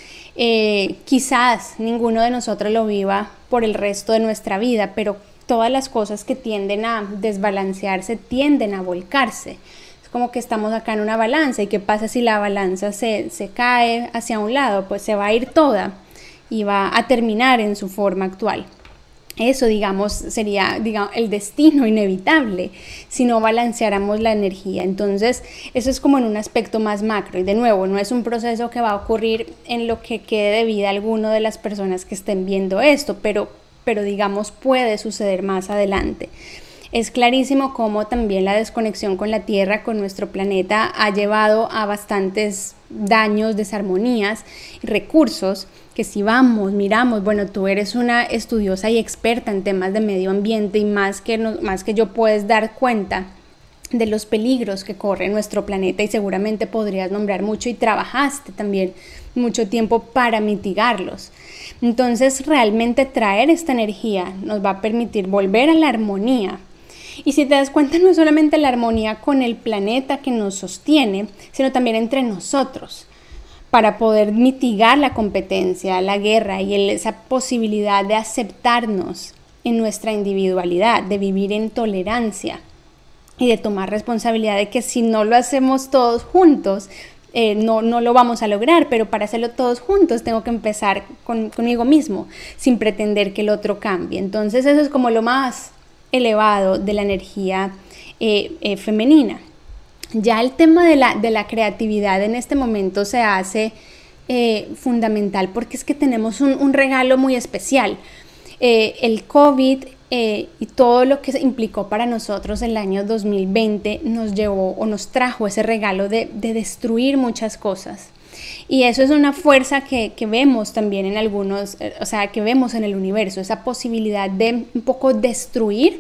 Eh, quizás ninguno de nosotros lo viva por el resto de nuestra vida, pero todas las cosas que tienden a desbalancearse tienden a volcarse. Es como que estamos acá en una balanza, y ¿qué pasa si la balanza se, se cae hacia un lado? Pues se va a ir toda y va a terminar en su forma actual. Eso, digamos, sería digamos, el destino inevitable si no balanceáramos la energía. Entonces, eso es como en un aspecto más macro. Y de nuevo, no es un proceso que va a ocurrir en lo que quede de vida alguno de las personas que estén viendo esto, pero, pero digamos, puede suceder más adelante. Es clarísimo cómo también la desconexión con la Tierra, con nuestro planeta, ha llevado a bastantes daños, desarmonías y recursos que si vamos, miramos, bueno, tú eres una estudiosa y experta en temas de medio ambiente y más que, no, más que yo puedes dar cuenta de los peligros que corre nuestro planeta y seguramente podrías nombrar mucho y trabajaste también mucho tiempo para mitigarlos. Entonces realmente traer esta energía nos va a permitir volver a la armonía. Y si te das cuenta, no es solamente la armonía con el planeta que nos sostiene, sino también entre nosotros, para poder mitigar la competencia, la guerra y el, esa posibilidad de aceptarnos en nuestra individualidad, de vivir en tolerancia y de tomar responsabilidad de que si no lo hacemos todos juntos, eh, no, no lo vamos a lograr, pero para hacerlo todos juntos tengo que empezar con, conmigo mismo, sin pretender que el otro cambie. Entonces eso es como lo más elevado de la energía eh, eh, femenina. Ya el tema de la, de la creatividad en este momento se hace eh, fundamental porque es que tenemos un, un regalo muy especial. Eh, el COVID eh, y todo lo que implicó para nosotros el año dos mil veinte nos llevó o nos trajo ese regalo de, de destruir muchas cosas. Y eso es una fuerza que, que vemos también en algunos, eh, o sea, que vemos en el universo, esa posibilidad de un poco destruir,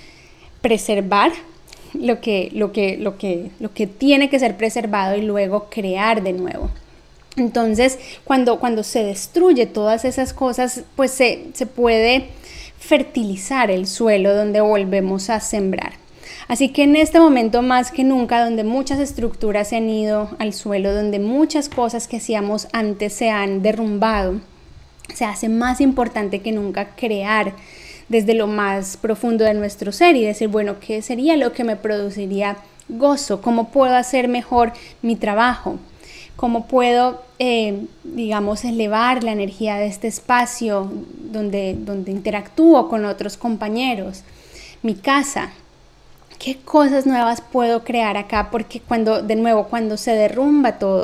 preservar lo que, lo que, lo que, lo que tiene que ser preservado y luego crear de nuevo. Entonces, cuando, cuando se destruye todas esas cosas, pues se, se puede fertilizar el suelo donde volvemos a sembrar. Así que en este momento más que nunca, donde muchas estructuras se han ido al suelo, donde muchas cosas que hacíamos antes se han derrumbado, se hace más importante que nunca crear desde lo más profundo de nuestro ser y decir, bueno, ¿qué sería lo que me produciría gozo? ¿Cómo puedo hacer mejor mi trabajo? ¿Cómo puedo, eh, digamos, elevar la energía de este espacio donde, donde interactúo con otros compañeros? Mi casa. ¿Qué cosas nuevas puedo crear acá? Porque cuando, de nuevo, cuando se derrumba todo,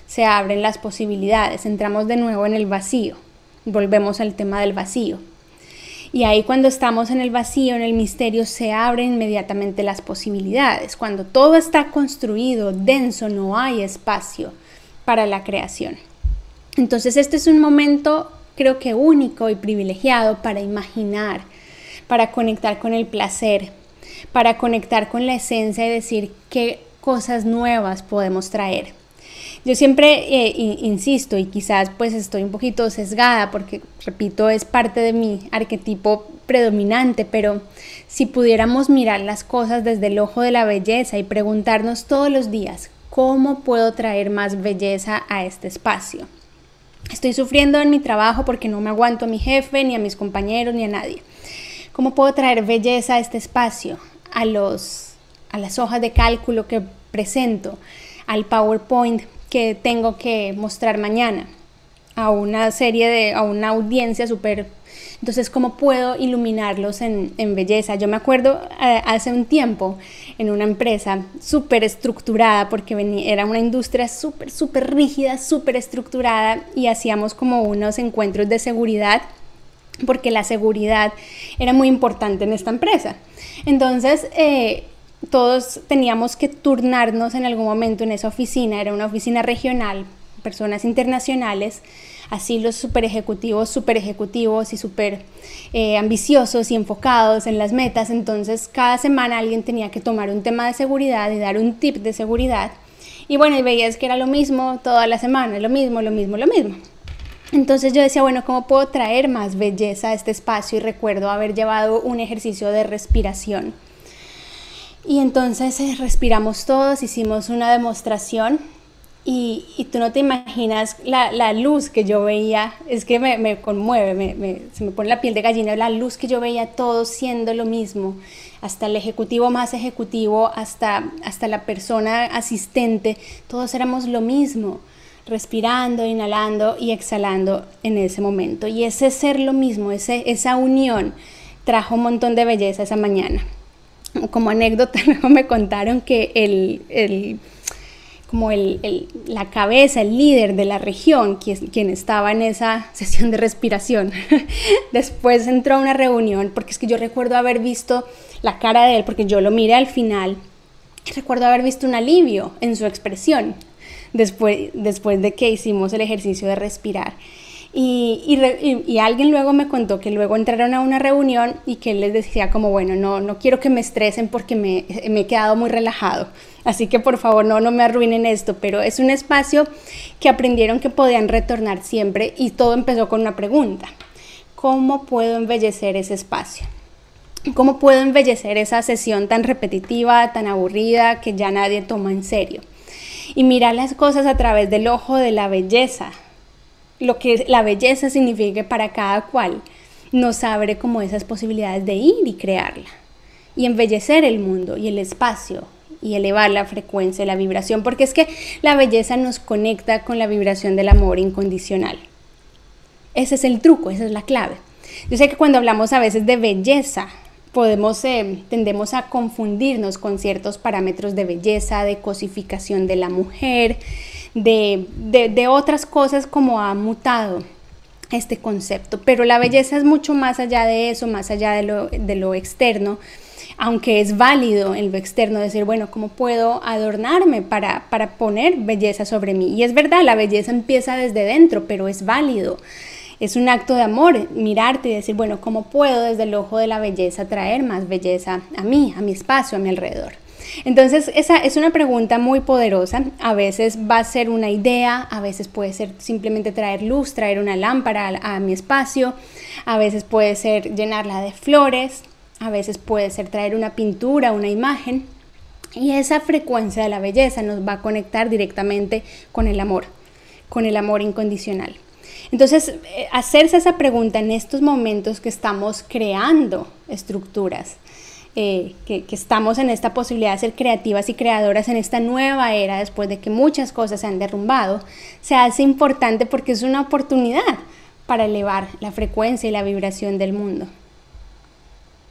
se abren las posibilidades, entramos de nuevo en el vacío, volvemos al tema del vacío. Y ahí cuando estamos en el vacío, en el misterio, se abren inmediatamente las posibilidades. Cuando todo está construido, denso, no hay espacio para la creación. Entonces este es un momento, creo que único y privilegiado para imaginar, para conectar con el placer, para conectar con la esencia y decir qué cosas nuevas podemos traer. Yo siempre eh, insisto, y quizás pues estoy un poquito sesgada porque, repito, es parte de mi arquetipo predominante, pero si pudiéramos mirar las cosas desde el ojo de la belleza y preguntarnos todos los días, ¿cómo puedo traer más belleza a este espacio? Estoy sufriendo en mi trabajo porque no me aguanto a mi jefe, ni a mis compañeros, ni a nadie. ¿Cómo puedo traer belleza a este espacio? A, los, a las hojas de cálculo que presento, al PowerPoint que tengo que mostrar mañana, a una serie de, a una audiencia súper. Entonces, ¿cómo puedo iluminarlos en, en belleza? Yo me acuerdo eh, hace un tiempo en una empresa súper estructurada, porque venía, era una industria súper, súper rígida, súper estructurada, y hacíamos como unos encuentros de seguridad, porque la seguridad era muy importante en esta empresa. Entonces, eh, todos teníamos que turnarnos en algún momento en esa oficina, era una oficina regional, personas internacionales, así los super ejecutivos, super ejecutivos y super eh, ambiciosos y enfocados en las metas. Entonces cada semana alguien tenía que tomar un tema de seguridad y dar un tip de seguridad, y bueno, y veías que era lo mismo toda la semana, lo mismo, lo mismo, lo mismo. Entonces yo decía, bueno, ¿cómo puedo traer más belleza a este espacio? Y recuerdo haber llevado un ejercicio de respiración. Y entonces eh, respiramos todos, hicimos una demostración y, y tú no te imaginas la, la luz que yo veía, es que me, me conmueve, me, me, se me pone la piel de gallina, la luz que yo veía todos siendo lo mismo, hasta el ejecutivo más ejecutivo, hasta, hasta la persona asistente, todos éramos lo mismo, respirando, inhalando y exhalando en ese momento. Y ese ser lo mismo, ese, esa unión trajo un montón de belleza esa mañana. Como anécdota, luego me contaron que el, el, como el, el, la cabeza, el líder de la región, quien, quien estaba en esa sesión de respiración, después entró a una reunión, porque es que yo recuerdo haber visto la cara de él, porque yo lo miré al final, y recuerdo haber visto un alivio en su expresión, después, después de que hicimos el ejercicio de respirar. Y, y, y alguien luego me contó que luego entraron a una reunión y que él les decía como, bueno, no, no quiero que me estresen porque me, me he quedado muy relajado, así que por favor no, no me arruinen esto, pero es un espacio que aprendieron que podían retornar siempre, y todo empezó con una pregunta: ¿cómo puedo embellecer ese espacio? ¿Cómo puedo embellecer esa sesión tan repetitiva, tan aburrida, que ya nadie toma en serio? Y mirar las cosas a través del ojo de la belleza, lo que la belleza signifique para cada cual, nos abre como esas posibilidades de ir y crearla y embellecer el mundo y el espacio y elevar la frecuencia, la vibración, porque es que la belleza nos conecta con la vibración del amor incondicional. Ese es el truco, esa es la clave. Yo sé que cuando hablamos a veces de belleza, podemos, eh, tendemos a confundirnos con ciertos parámetros de belleza, de cosificación de la mujer, De, de, de otras cosas, como ha mutado este concepto, pero la belleza es mucho más allá de eso, más allá de lo, de lo externo, aunque es válido en lo externo decir, bueno, ¿cómo puedo adornarme para, para poner belleza sobre mí? Y es verdad, la belleza empieza desde dentro, pero es válido, es un acto de amor, mirarte y decir, bueno, ¿cómo puedo desde el ojo de la belleza traer más belleza a mí, a mi espacio, a mi alrededor? Entonces esa es una pregunta muy poderosa. A veces va a ser una idea, a veces puede ser simplemente traer luz, traer una lámpara a, a mi espacio, a veces puede ser llenarla de flores, a veces puede ser traer una pintura, una imagen, y esa frecuencia de la belleza nos va a conectar directamente con el amor, con el amor incondicional. Entonces, eh, hacerse esa pregunta en estos momentos que estamos creando estructuras, Eh, que, que estamos en esta posibilidad de ser creativas y creadoras en esta nueva era, después de que muchas cosas se han derrumbado, se hace importante porque es una oportunidad para elevar la frecuencia y la vibración del mundo.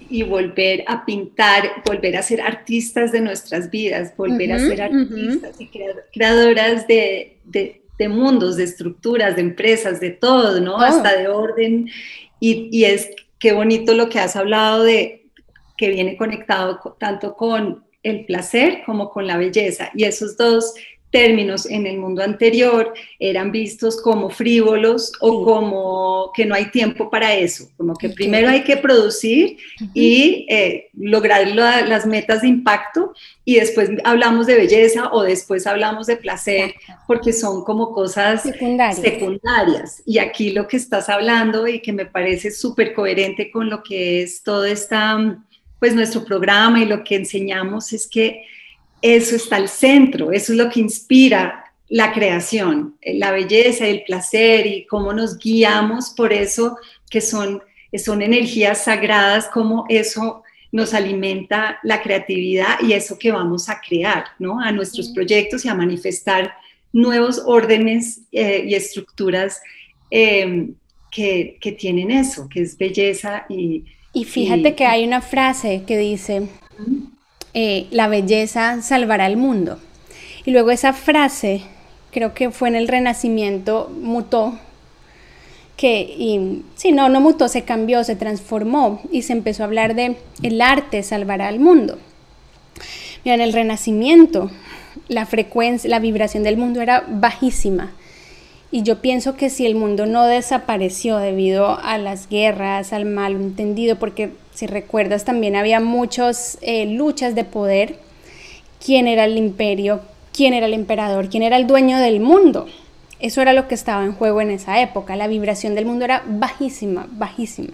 y volver a pintar, volver a ser artistas de nuestras vidas, volver uh-huh, a ser artistas uh-huh. y creadoras de, de, de mundos, de estructuras, de empresas, de todo, ¿no? Oh. Hasta de orden. Y, y es qué bonito lo que has hablado de que viene conectado con, tanto con el placer como con la belleza. Y esos dos términos en el mundo anterior eran vistos como frívolos o sí. como que no hay tiempo para eso, como que okay. primero hay que producir uh-huh. y eh, lograr la, las metas de impacto y después hablamos de belleza o después hablamos de placer porque son como cosas secundarias. secundarias. Y aquí lo que estás hablando y que me parece súper coherente con lo que es todo esta, pues nuestro programa y lo que enseñamos es que eso está al centro, eso es lo que inspira la creación, la belleza, el placer y cómo nos guiamos por eso, que son, son energías sagradas, cómo eso nos alimenta la creatividad y eso que vamos a crear, ¿no? A nuestros proyectos y a manifestar nuevos órdenes eh, y estructuras eh, que, que tienen eso, que es belleza y... Y fíjate y, que hay una frase que dice... ¿Mm? Eh, la belleza salvará el mundo. Y luego esa frase, creo que fue en el Renacimiento, mutó, que, y, sí, no, no mutó, se cambió, se transformó y se empezó a hablar de el arte salvará al mundo. Mira, en el Renacimiento, la frecuencia, la vibración del mundo era bajísima. Y yo pienso que si el mundo no desapareció debido a las guerras, al malentendido, porque si recuerdas también había muchas eh, luchas de poder, quién era el imperio, quién era el emperador, quién era el dueño del mundo. Eso era lo que estaba en juego en esa época, la vibración del mundo era bajísima, bajísima.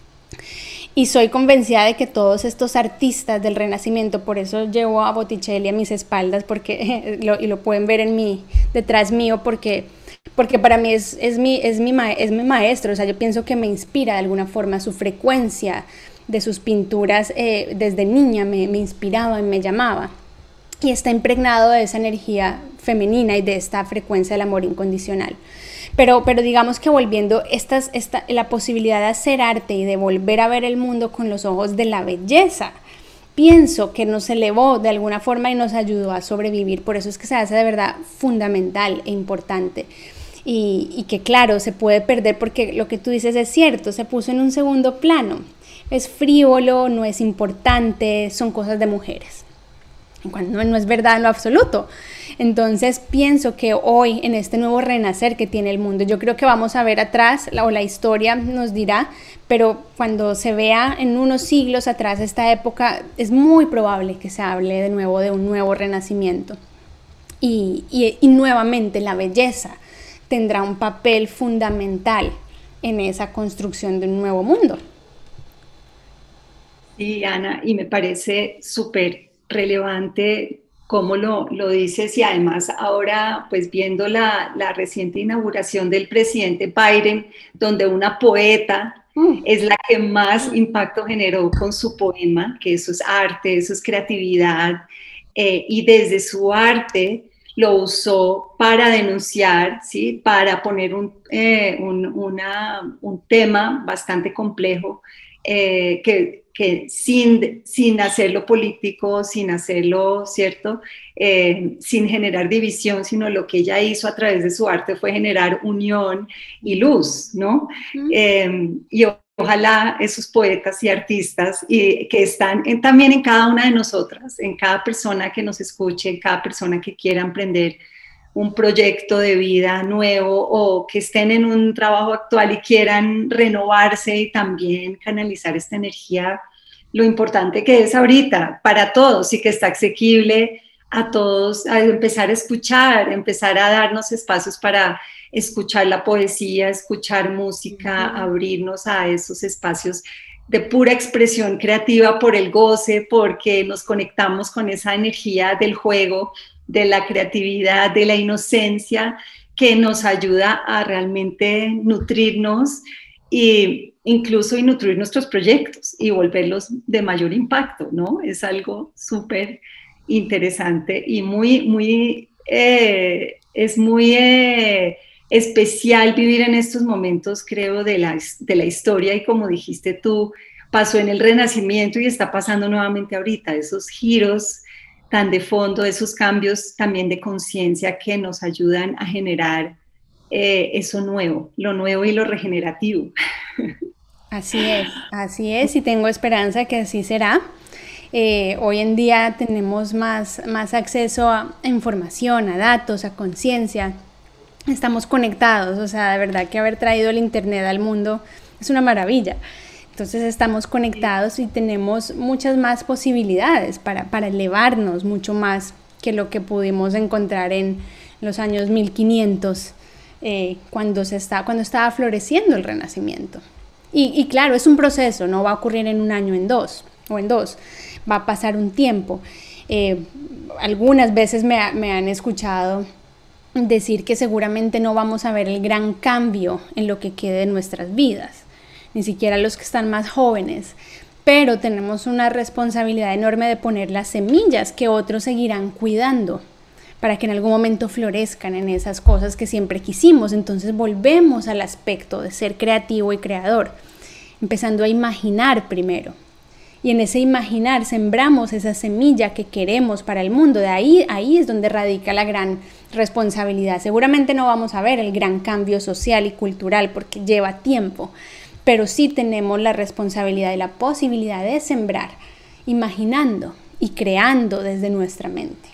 Y soy convencida de que todos estos artistas del Renacimiento, por eso llevo a Botticelli a mis espaldas, porque lo, y lo pueden ver en mí, detrás mío, porque... porque para mí es, es, mi, es, mi ma, es mi maestro, o sea, yo pienso que me inspira de alguna forma, su frecuencia de sus pinturas eh, desde niña me, me inspiraba y me llamaba, y está impregnado de esa energía femenina y de esta frecuencia del amor incondicional. Pero, pero digamos que volviendo, estas, esta, la posibilidad de hacer arte y de volver a ver el mundo con los ojos de la belleza, pienso que nos elevó de alguna forma y nos ayudó a sobrevivir, por eso es que se hace de verdad fundamental e importante y, y que claro, se puede perder porque lo que tú dices es cierto, se puso en un segundo plano, es frívolo, no es importante, son cosas de mujeres, cuando no, no es verdad en lo absoluto. Entonces pienso que hoy en este nuevo renacer que tiene el mundo, yo creo que vamos a ver atrás, la, o la historia nos dirá, pero cuando se vea en unos siglos atrás esta época, es muy probable que se hable de nuevo de un nuevo renacimiento. Y, y, y nuevamente la belleza tendrá un papel fundamental en esa construcción de un nuevo mundo. Sí, Ana, y me parece súper relevante cómo lo, lo dices y además ahora pues viendo la, la reciente inauguración del presidente Biden, donde una poeta mm. es la que más impacto generó con su poema, que eso es arte, eso es creatividad, eh, y desde su arte lo usó para denunciar, ¿sí? Para poner un, eh, un, una, un tema bastante complejo eh, que que sin, sin hacerlo político, sin hacerlo, ¿cierto? Eh, sin generar división, sino lo que ella hizo a través de su arte fue generar unión y luz, ¿no? Uh-huh. Eh, y ojalá esos poetas y artistas y, que están en, también en cada una de nosotras, en cada persona que nos escuche, en cada persona que quiera emprender un proyecto de vida nuevo o que estén en un trabajo actual y quieran renovarse y también canalizar esta energía, lo importante que es ahorita para todos y que está asequible a todos, a empezar a escuchar, empezar a darnos espacios para escuchar la poesía, escuchar música, uh-huh. abrirnos a esos espacios de pura expresión creativa por el goce, porque nos conectamos con esa energía del juego, de la creatividad, de la inocencia, que nos ayuda a realmente nutrirnos e incluso y nutrir nuestros proyectos y volverlos de mayor impacto, ¿no? Es algo súper interesante y muy, muy, eh, es muy eh, especial vivir en estos momentos, creo, de la, de la historia y como dijiste tú, pasó en el Renacimiento y está pasando nuevamente ahorita, esos giros tan de fondo, esos cambios también de conciencia que nos ayudan a generar eh, eso nuevo, lo nuevo y lo regenerativo. Así es, así es, y tengo esperanza que así será. Eh, hoy en día tenemos más, más acceso a información, a datos, a conciencia. Estamos conectados, o sea, de verdad que haber traído el internet al mundo es una maravilla. Entonces estamos conectados y tenemos muchas más posibilidades para, para elevarnos mucho más que lo que pudimos encontrar en los años mil quinientos, eh, cuando, se está, cuando estaba floreciendo el Renacimiento. Y, y claro, es un proceso, no va a ocurrir en un año, en dos o en dos, va a pasar un tiempo. Eh, algunas veces me, me han escuchado decir que seguramente no vamos a ver el gran cambio en lo que quede de nuestras vidas, ni siquiera los que están más jóvenes, pero tenemos una responsabilidad enorme de poner las semillas que otros seguirán cuidando para que en algún momento florezcan en esas cosas que siempre quisimos. Entonces volvemos al aspecto de ser creativo y creador, empezando a imaginar primero. Y en ese imaginar sembramos esa semilla que queremos para el mundo. De ahí, ahí es donde radica la gran responsabilidad. Seguramente no vamos a ver el gran cambio social y cultural porque lleva tiempo, pero sí tenemos la responsabilidad y la posibilidad de sembrar, imaginando y creando desde nuestra mente.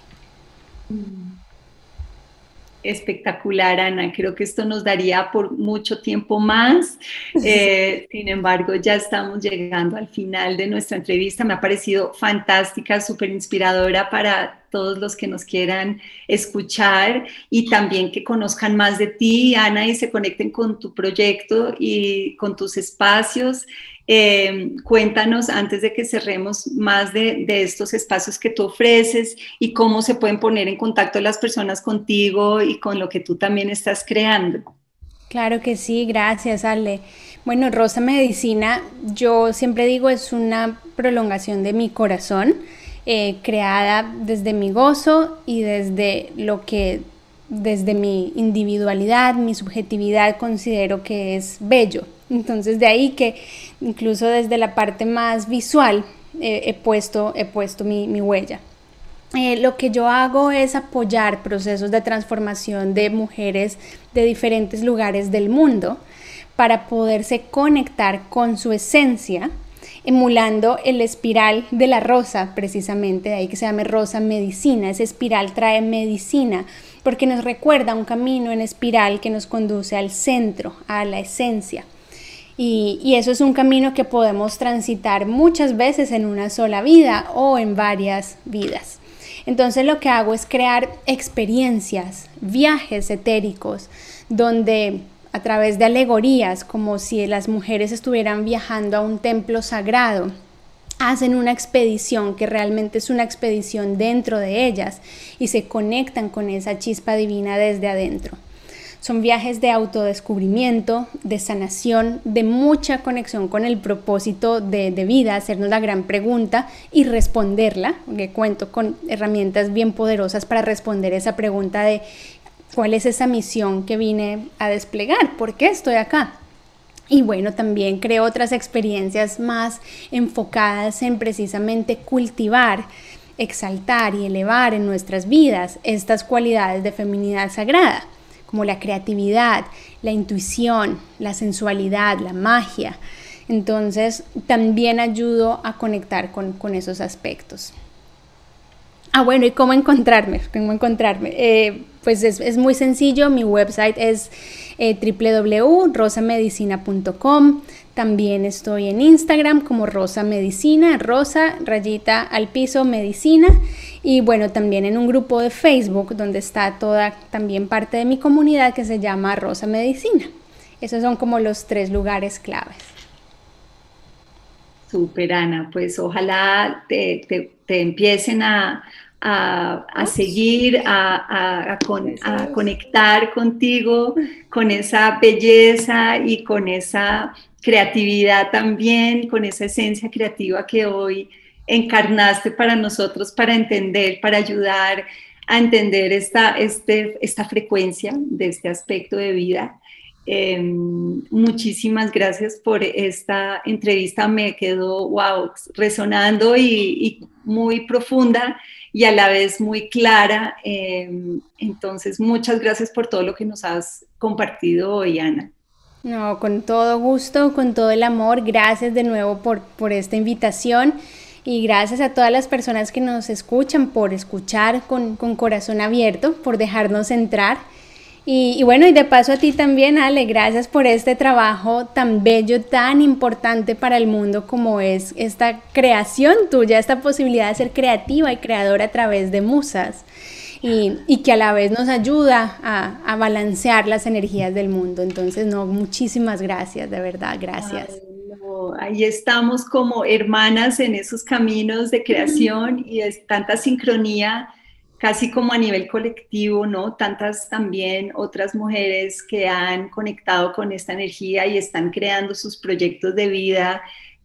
Espectacular, Ana. Creo que esto nos daría por mucho tiempo más. Eh, sin embargo, ya estamos llegando al final de nuestra entrevista. Me ha parecido fantástica, súper inspiradora para todos los que nos quieran escuchar y también que conozcan más de ti, Ana, y se conecten con tu proyecto y con tus espacios. Eh, cuéntanos, antes de que cerremos, más de, de estos espacios que tú ofreces y cómo se pueden poner en contacto las personas contigo y con lo que tú también estás creando. Claro que sí, gracias, Ale. Bueno, Rosa Medicina, yo siempre digo, es una prolongación de mi corazón, eh, creada desde mi gozo y desde lo que, desde mi individualidad, mi subjetividad, considero que es bello. Entonces de ahí que incluso desde la parte más visual eh, he puesto, he puesto mi, mi huella. Eh, lo que yo hago es apoyar procesos de transformación de mujeres de diferentes lugares del mundo para poderse conectar con su esencia, emulando el espiral de la rosa, precisamente, de ahí que se llame Rosa Medicina. Ese espiral trae medicina porque nos recuerda un camino en espiral que nos conduce al centro, a la esencia. Y, y eso es un camino que podemos transitar muchas veces en una sola vida o en varias vidas. Entonces lo que hago es crear experiencias, viajes etéricos, donde a través de alegorías, como si las mujeres estuvieran viajando a un templo sagrado, hacen una expedición que realmente es una expedición dentro de ellas y se conectan con esa chispa divina desde adentro. Son viajes de autodescubrimiento, de sanación, de mucha conexión con el propósito de, de vida, hacernos la gran pregunta y responderla, porque cuento con herramientas bien poderosas para responder esa pregunta de cuál es esa misión que vine a desplegar, por qué estoy acá. Y bueno, también creo otras experiencias más enfocadas en precisamente cultivar, exaltar y elevar en nuestras vidas estas cualidades de feminidad sagrada, como la creatividad, la intuición, la sensualidad, la magia. Entonces, también ayudo a conectar con, con esos aspectos. Ah, bueno, ¿y cómo encontrarme? ¿Cómo encontrarme? Eh, pues es, es muy sencillo, mi website es eh, w w w punto rosa medicina punto com. También estoy en Instagram como Rosa Medicina, Rosa, rayita al piso, Medicina. Y bueno, también en un grupo de Facebook donde está toda también parte de mi comunidad que se llama Rosa Medicina. Esos son como los tres lugares claves. Súper, Ana, pues ojalá te, te, te empiecen a, a, a seguir, a, a, a, con, a conectar contigo, con esa belleza y con esa creatividad también, con esa esencia creativa que hoy encarnaste para nosotros, para entender, para ayudar a entender esta, este, esta frecuencia de este aspecto de vida. Eh, muchísimas gracias por esta entrevista, me quedó, wow, resonando y, y muy profunda y a la vez muy clara. Eh, entonces, muchas gracias por todo lo que nos has compartido hoy, Ana. No, con todo gusto, con todo el amor. Gracias de nuevo por, por esta invitación y gracias a todas las personas que nos escuchan por escuchar con, con corazón abierto, por dejarnos entrar. Y, y bueno, y de paso a ti también, Ale, gracias por este trabajo tan bello, tan importante para el mundo como es esta creación tuya, esta posibilidad de ser creativa y creadora a través de musas y, y que a la vez nos ayuda a, a balancear las energías del mundo. Entonces, no, muchísimas gracias, de verdad, gracias. Ay, no, ahí estamos como hermanas en esos caminos de creación y es tanta sincronía, casi como a nivel colectivo, ¿no? Tantas también otras mujeres que han conectado con esta energía y están creando sus proyectos de vida.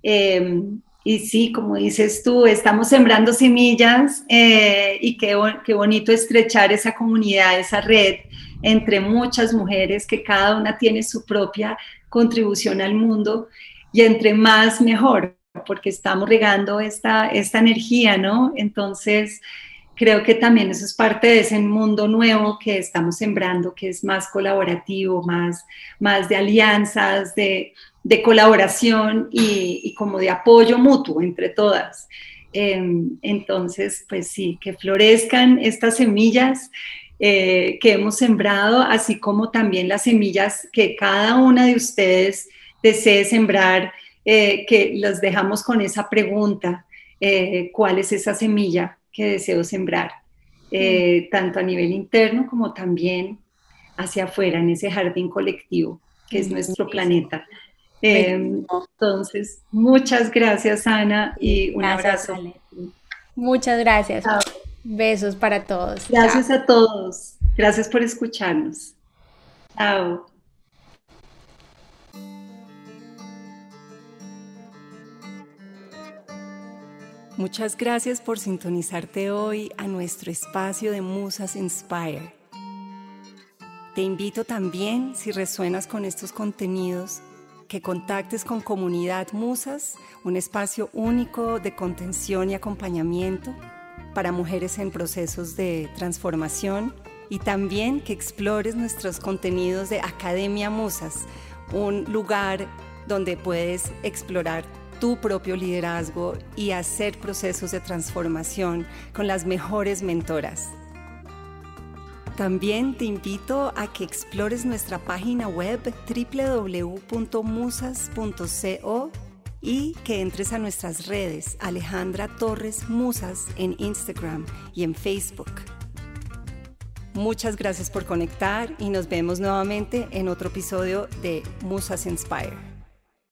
Eh, y sí, como dices tú, estamos sembrando semillas eh, y qué, qué bonito estrechar esa comunidad, esa red entre muchas mujeres que cada una tiene su propia contribución al mundo y entre más mejor, porque estamos regando esta, esta energía, ¿no? Entonces, creo que también eso es parte de ese mundo nuevo que estamos sembrando, que es más colaborativo, más, más de alianzas, de, de colaboración y, y como de apoyo mutuo entre todas. Eh, entonces, pues sí, que florezcan estas semillas eh, que hemos sembrado, así como también las semillas que cada una de ustedes desee sembrar, eh, que los dejamos con esa pregunta, eh, ¿cuál es esa semilla que deseo sembrar, eh, tanto a nivel interno como también hacia afuera, en ese jardín colectivo que es nuestro planeta? Eh, entonces, muchas gracias, Ana, y un Gracias, abrazo. Ale. Muchas gracias. Chao. Besos para todos. Gracias Chao. a todos. Gracias por escucharnos. Chao. Muchas gracias por sintonizarte hoy a nuestro espacio de Musas Inspire. Te invito también, si resuenas con estos contenidos, que contactes con Comunidad Musas, un espacio único de contención y acompañamiento para mujeres en procesos de transformación, y también que explores nuestros contenidos de Academia Musas, un lugar donde puedes explorar tu propio liderazgo y hacer procesos de transformación con las mejores mentoras. También te invito a que explores nuestra página web doble u doble u doble u punto musas punto co y que entres a nuestras redes Alejandra Torres Musas en Instagram y en Facebook. Muchas gracias por conectar y nos vemos nuevamente en otro episodio de Musas Inspire.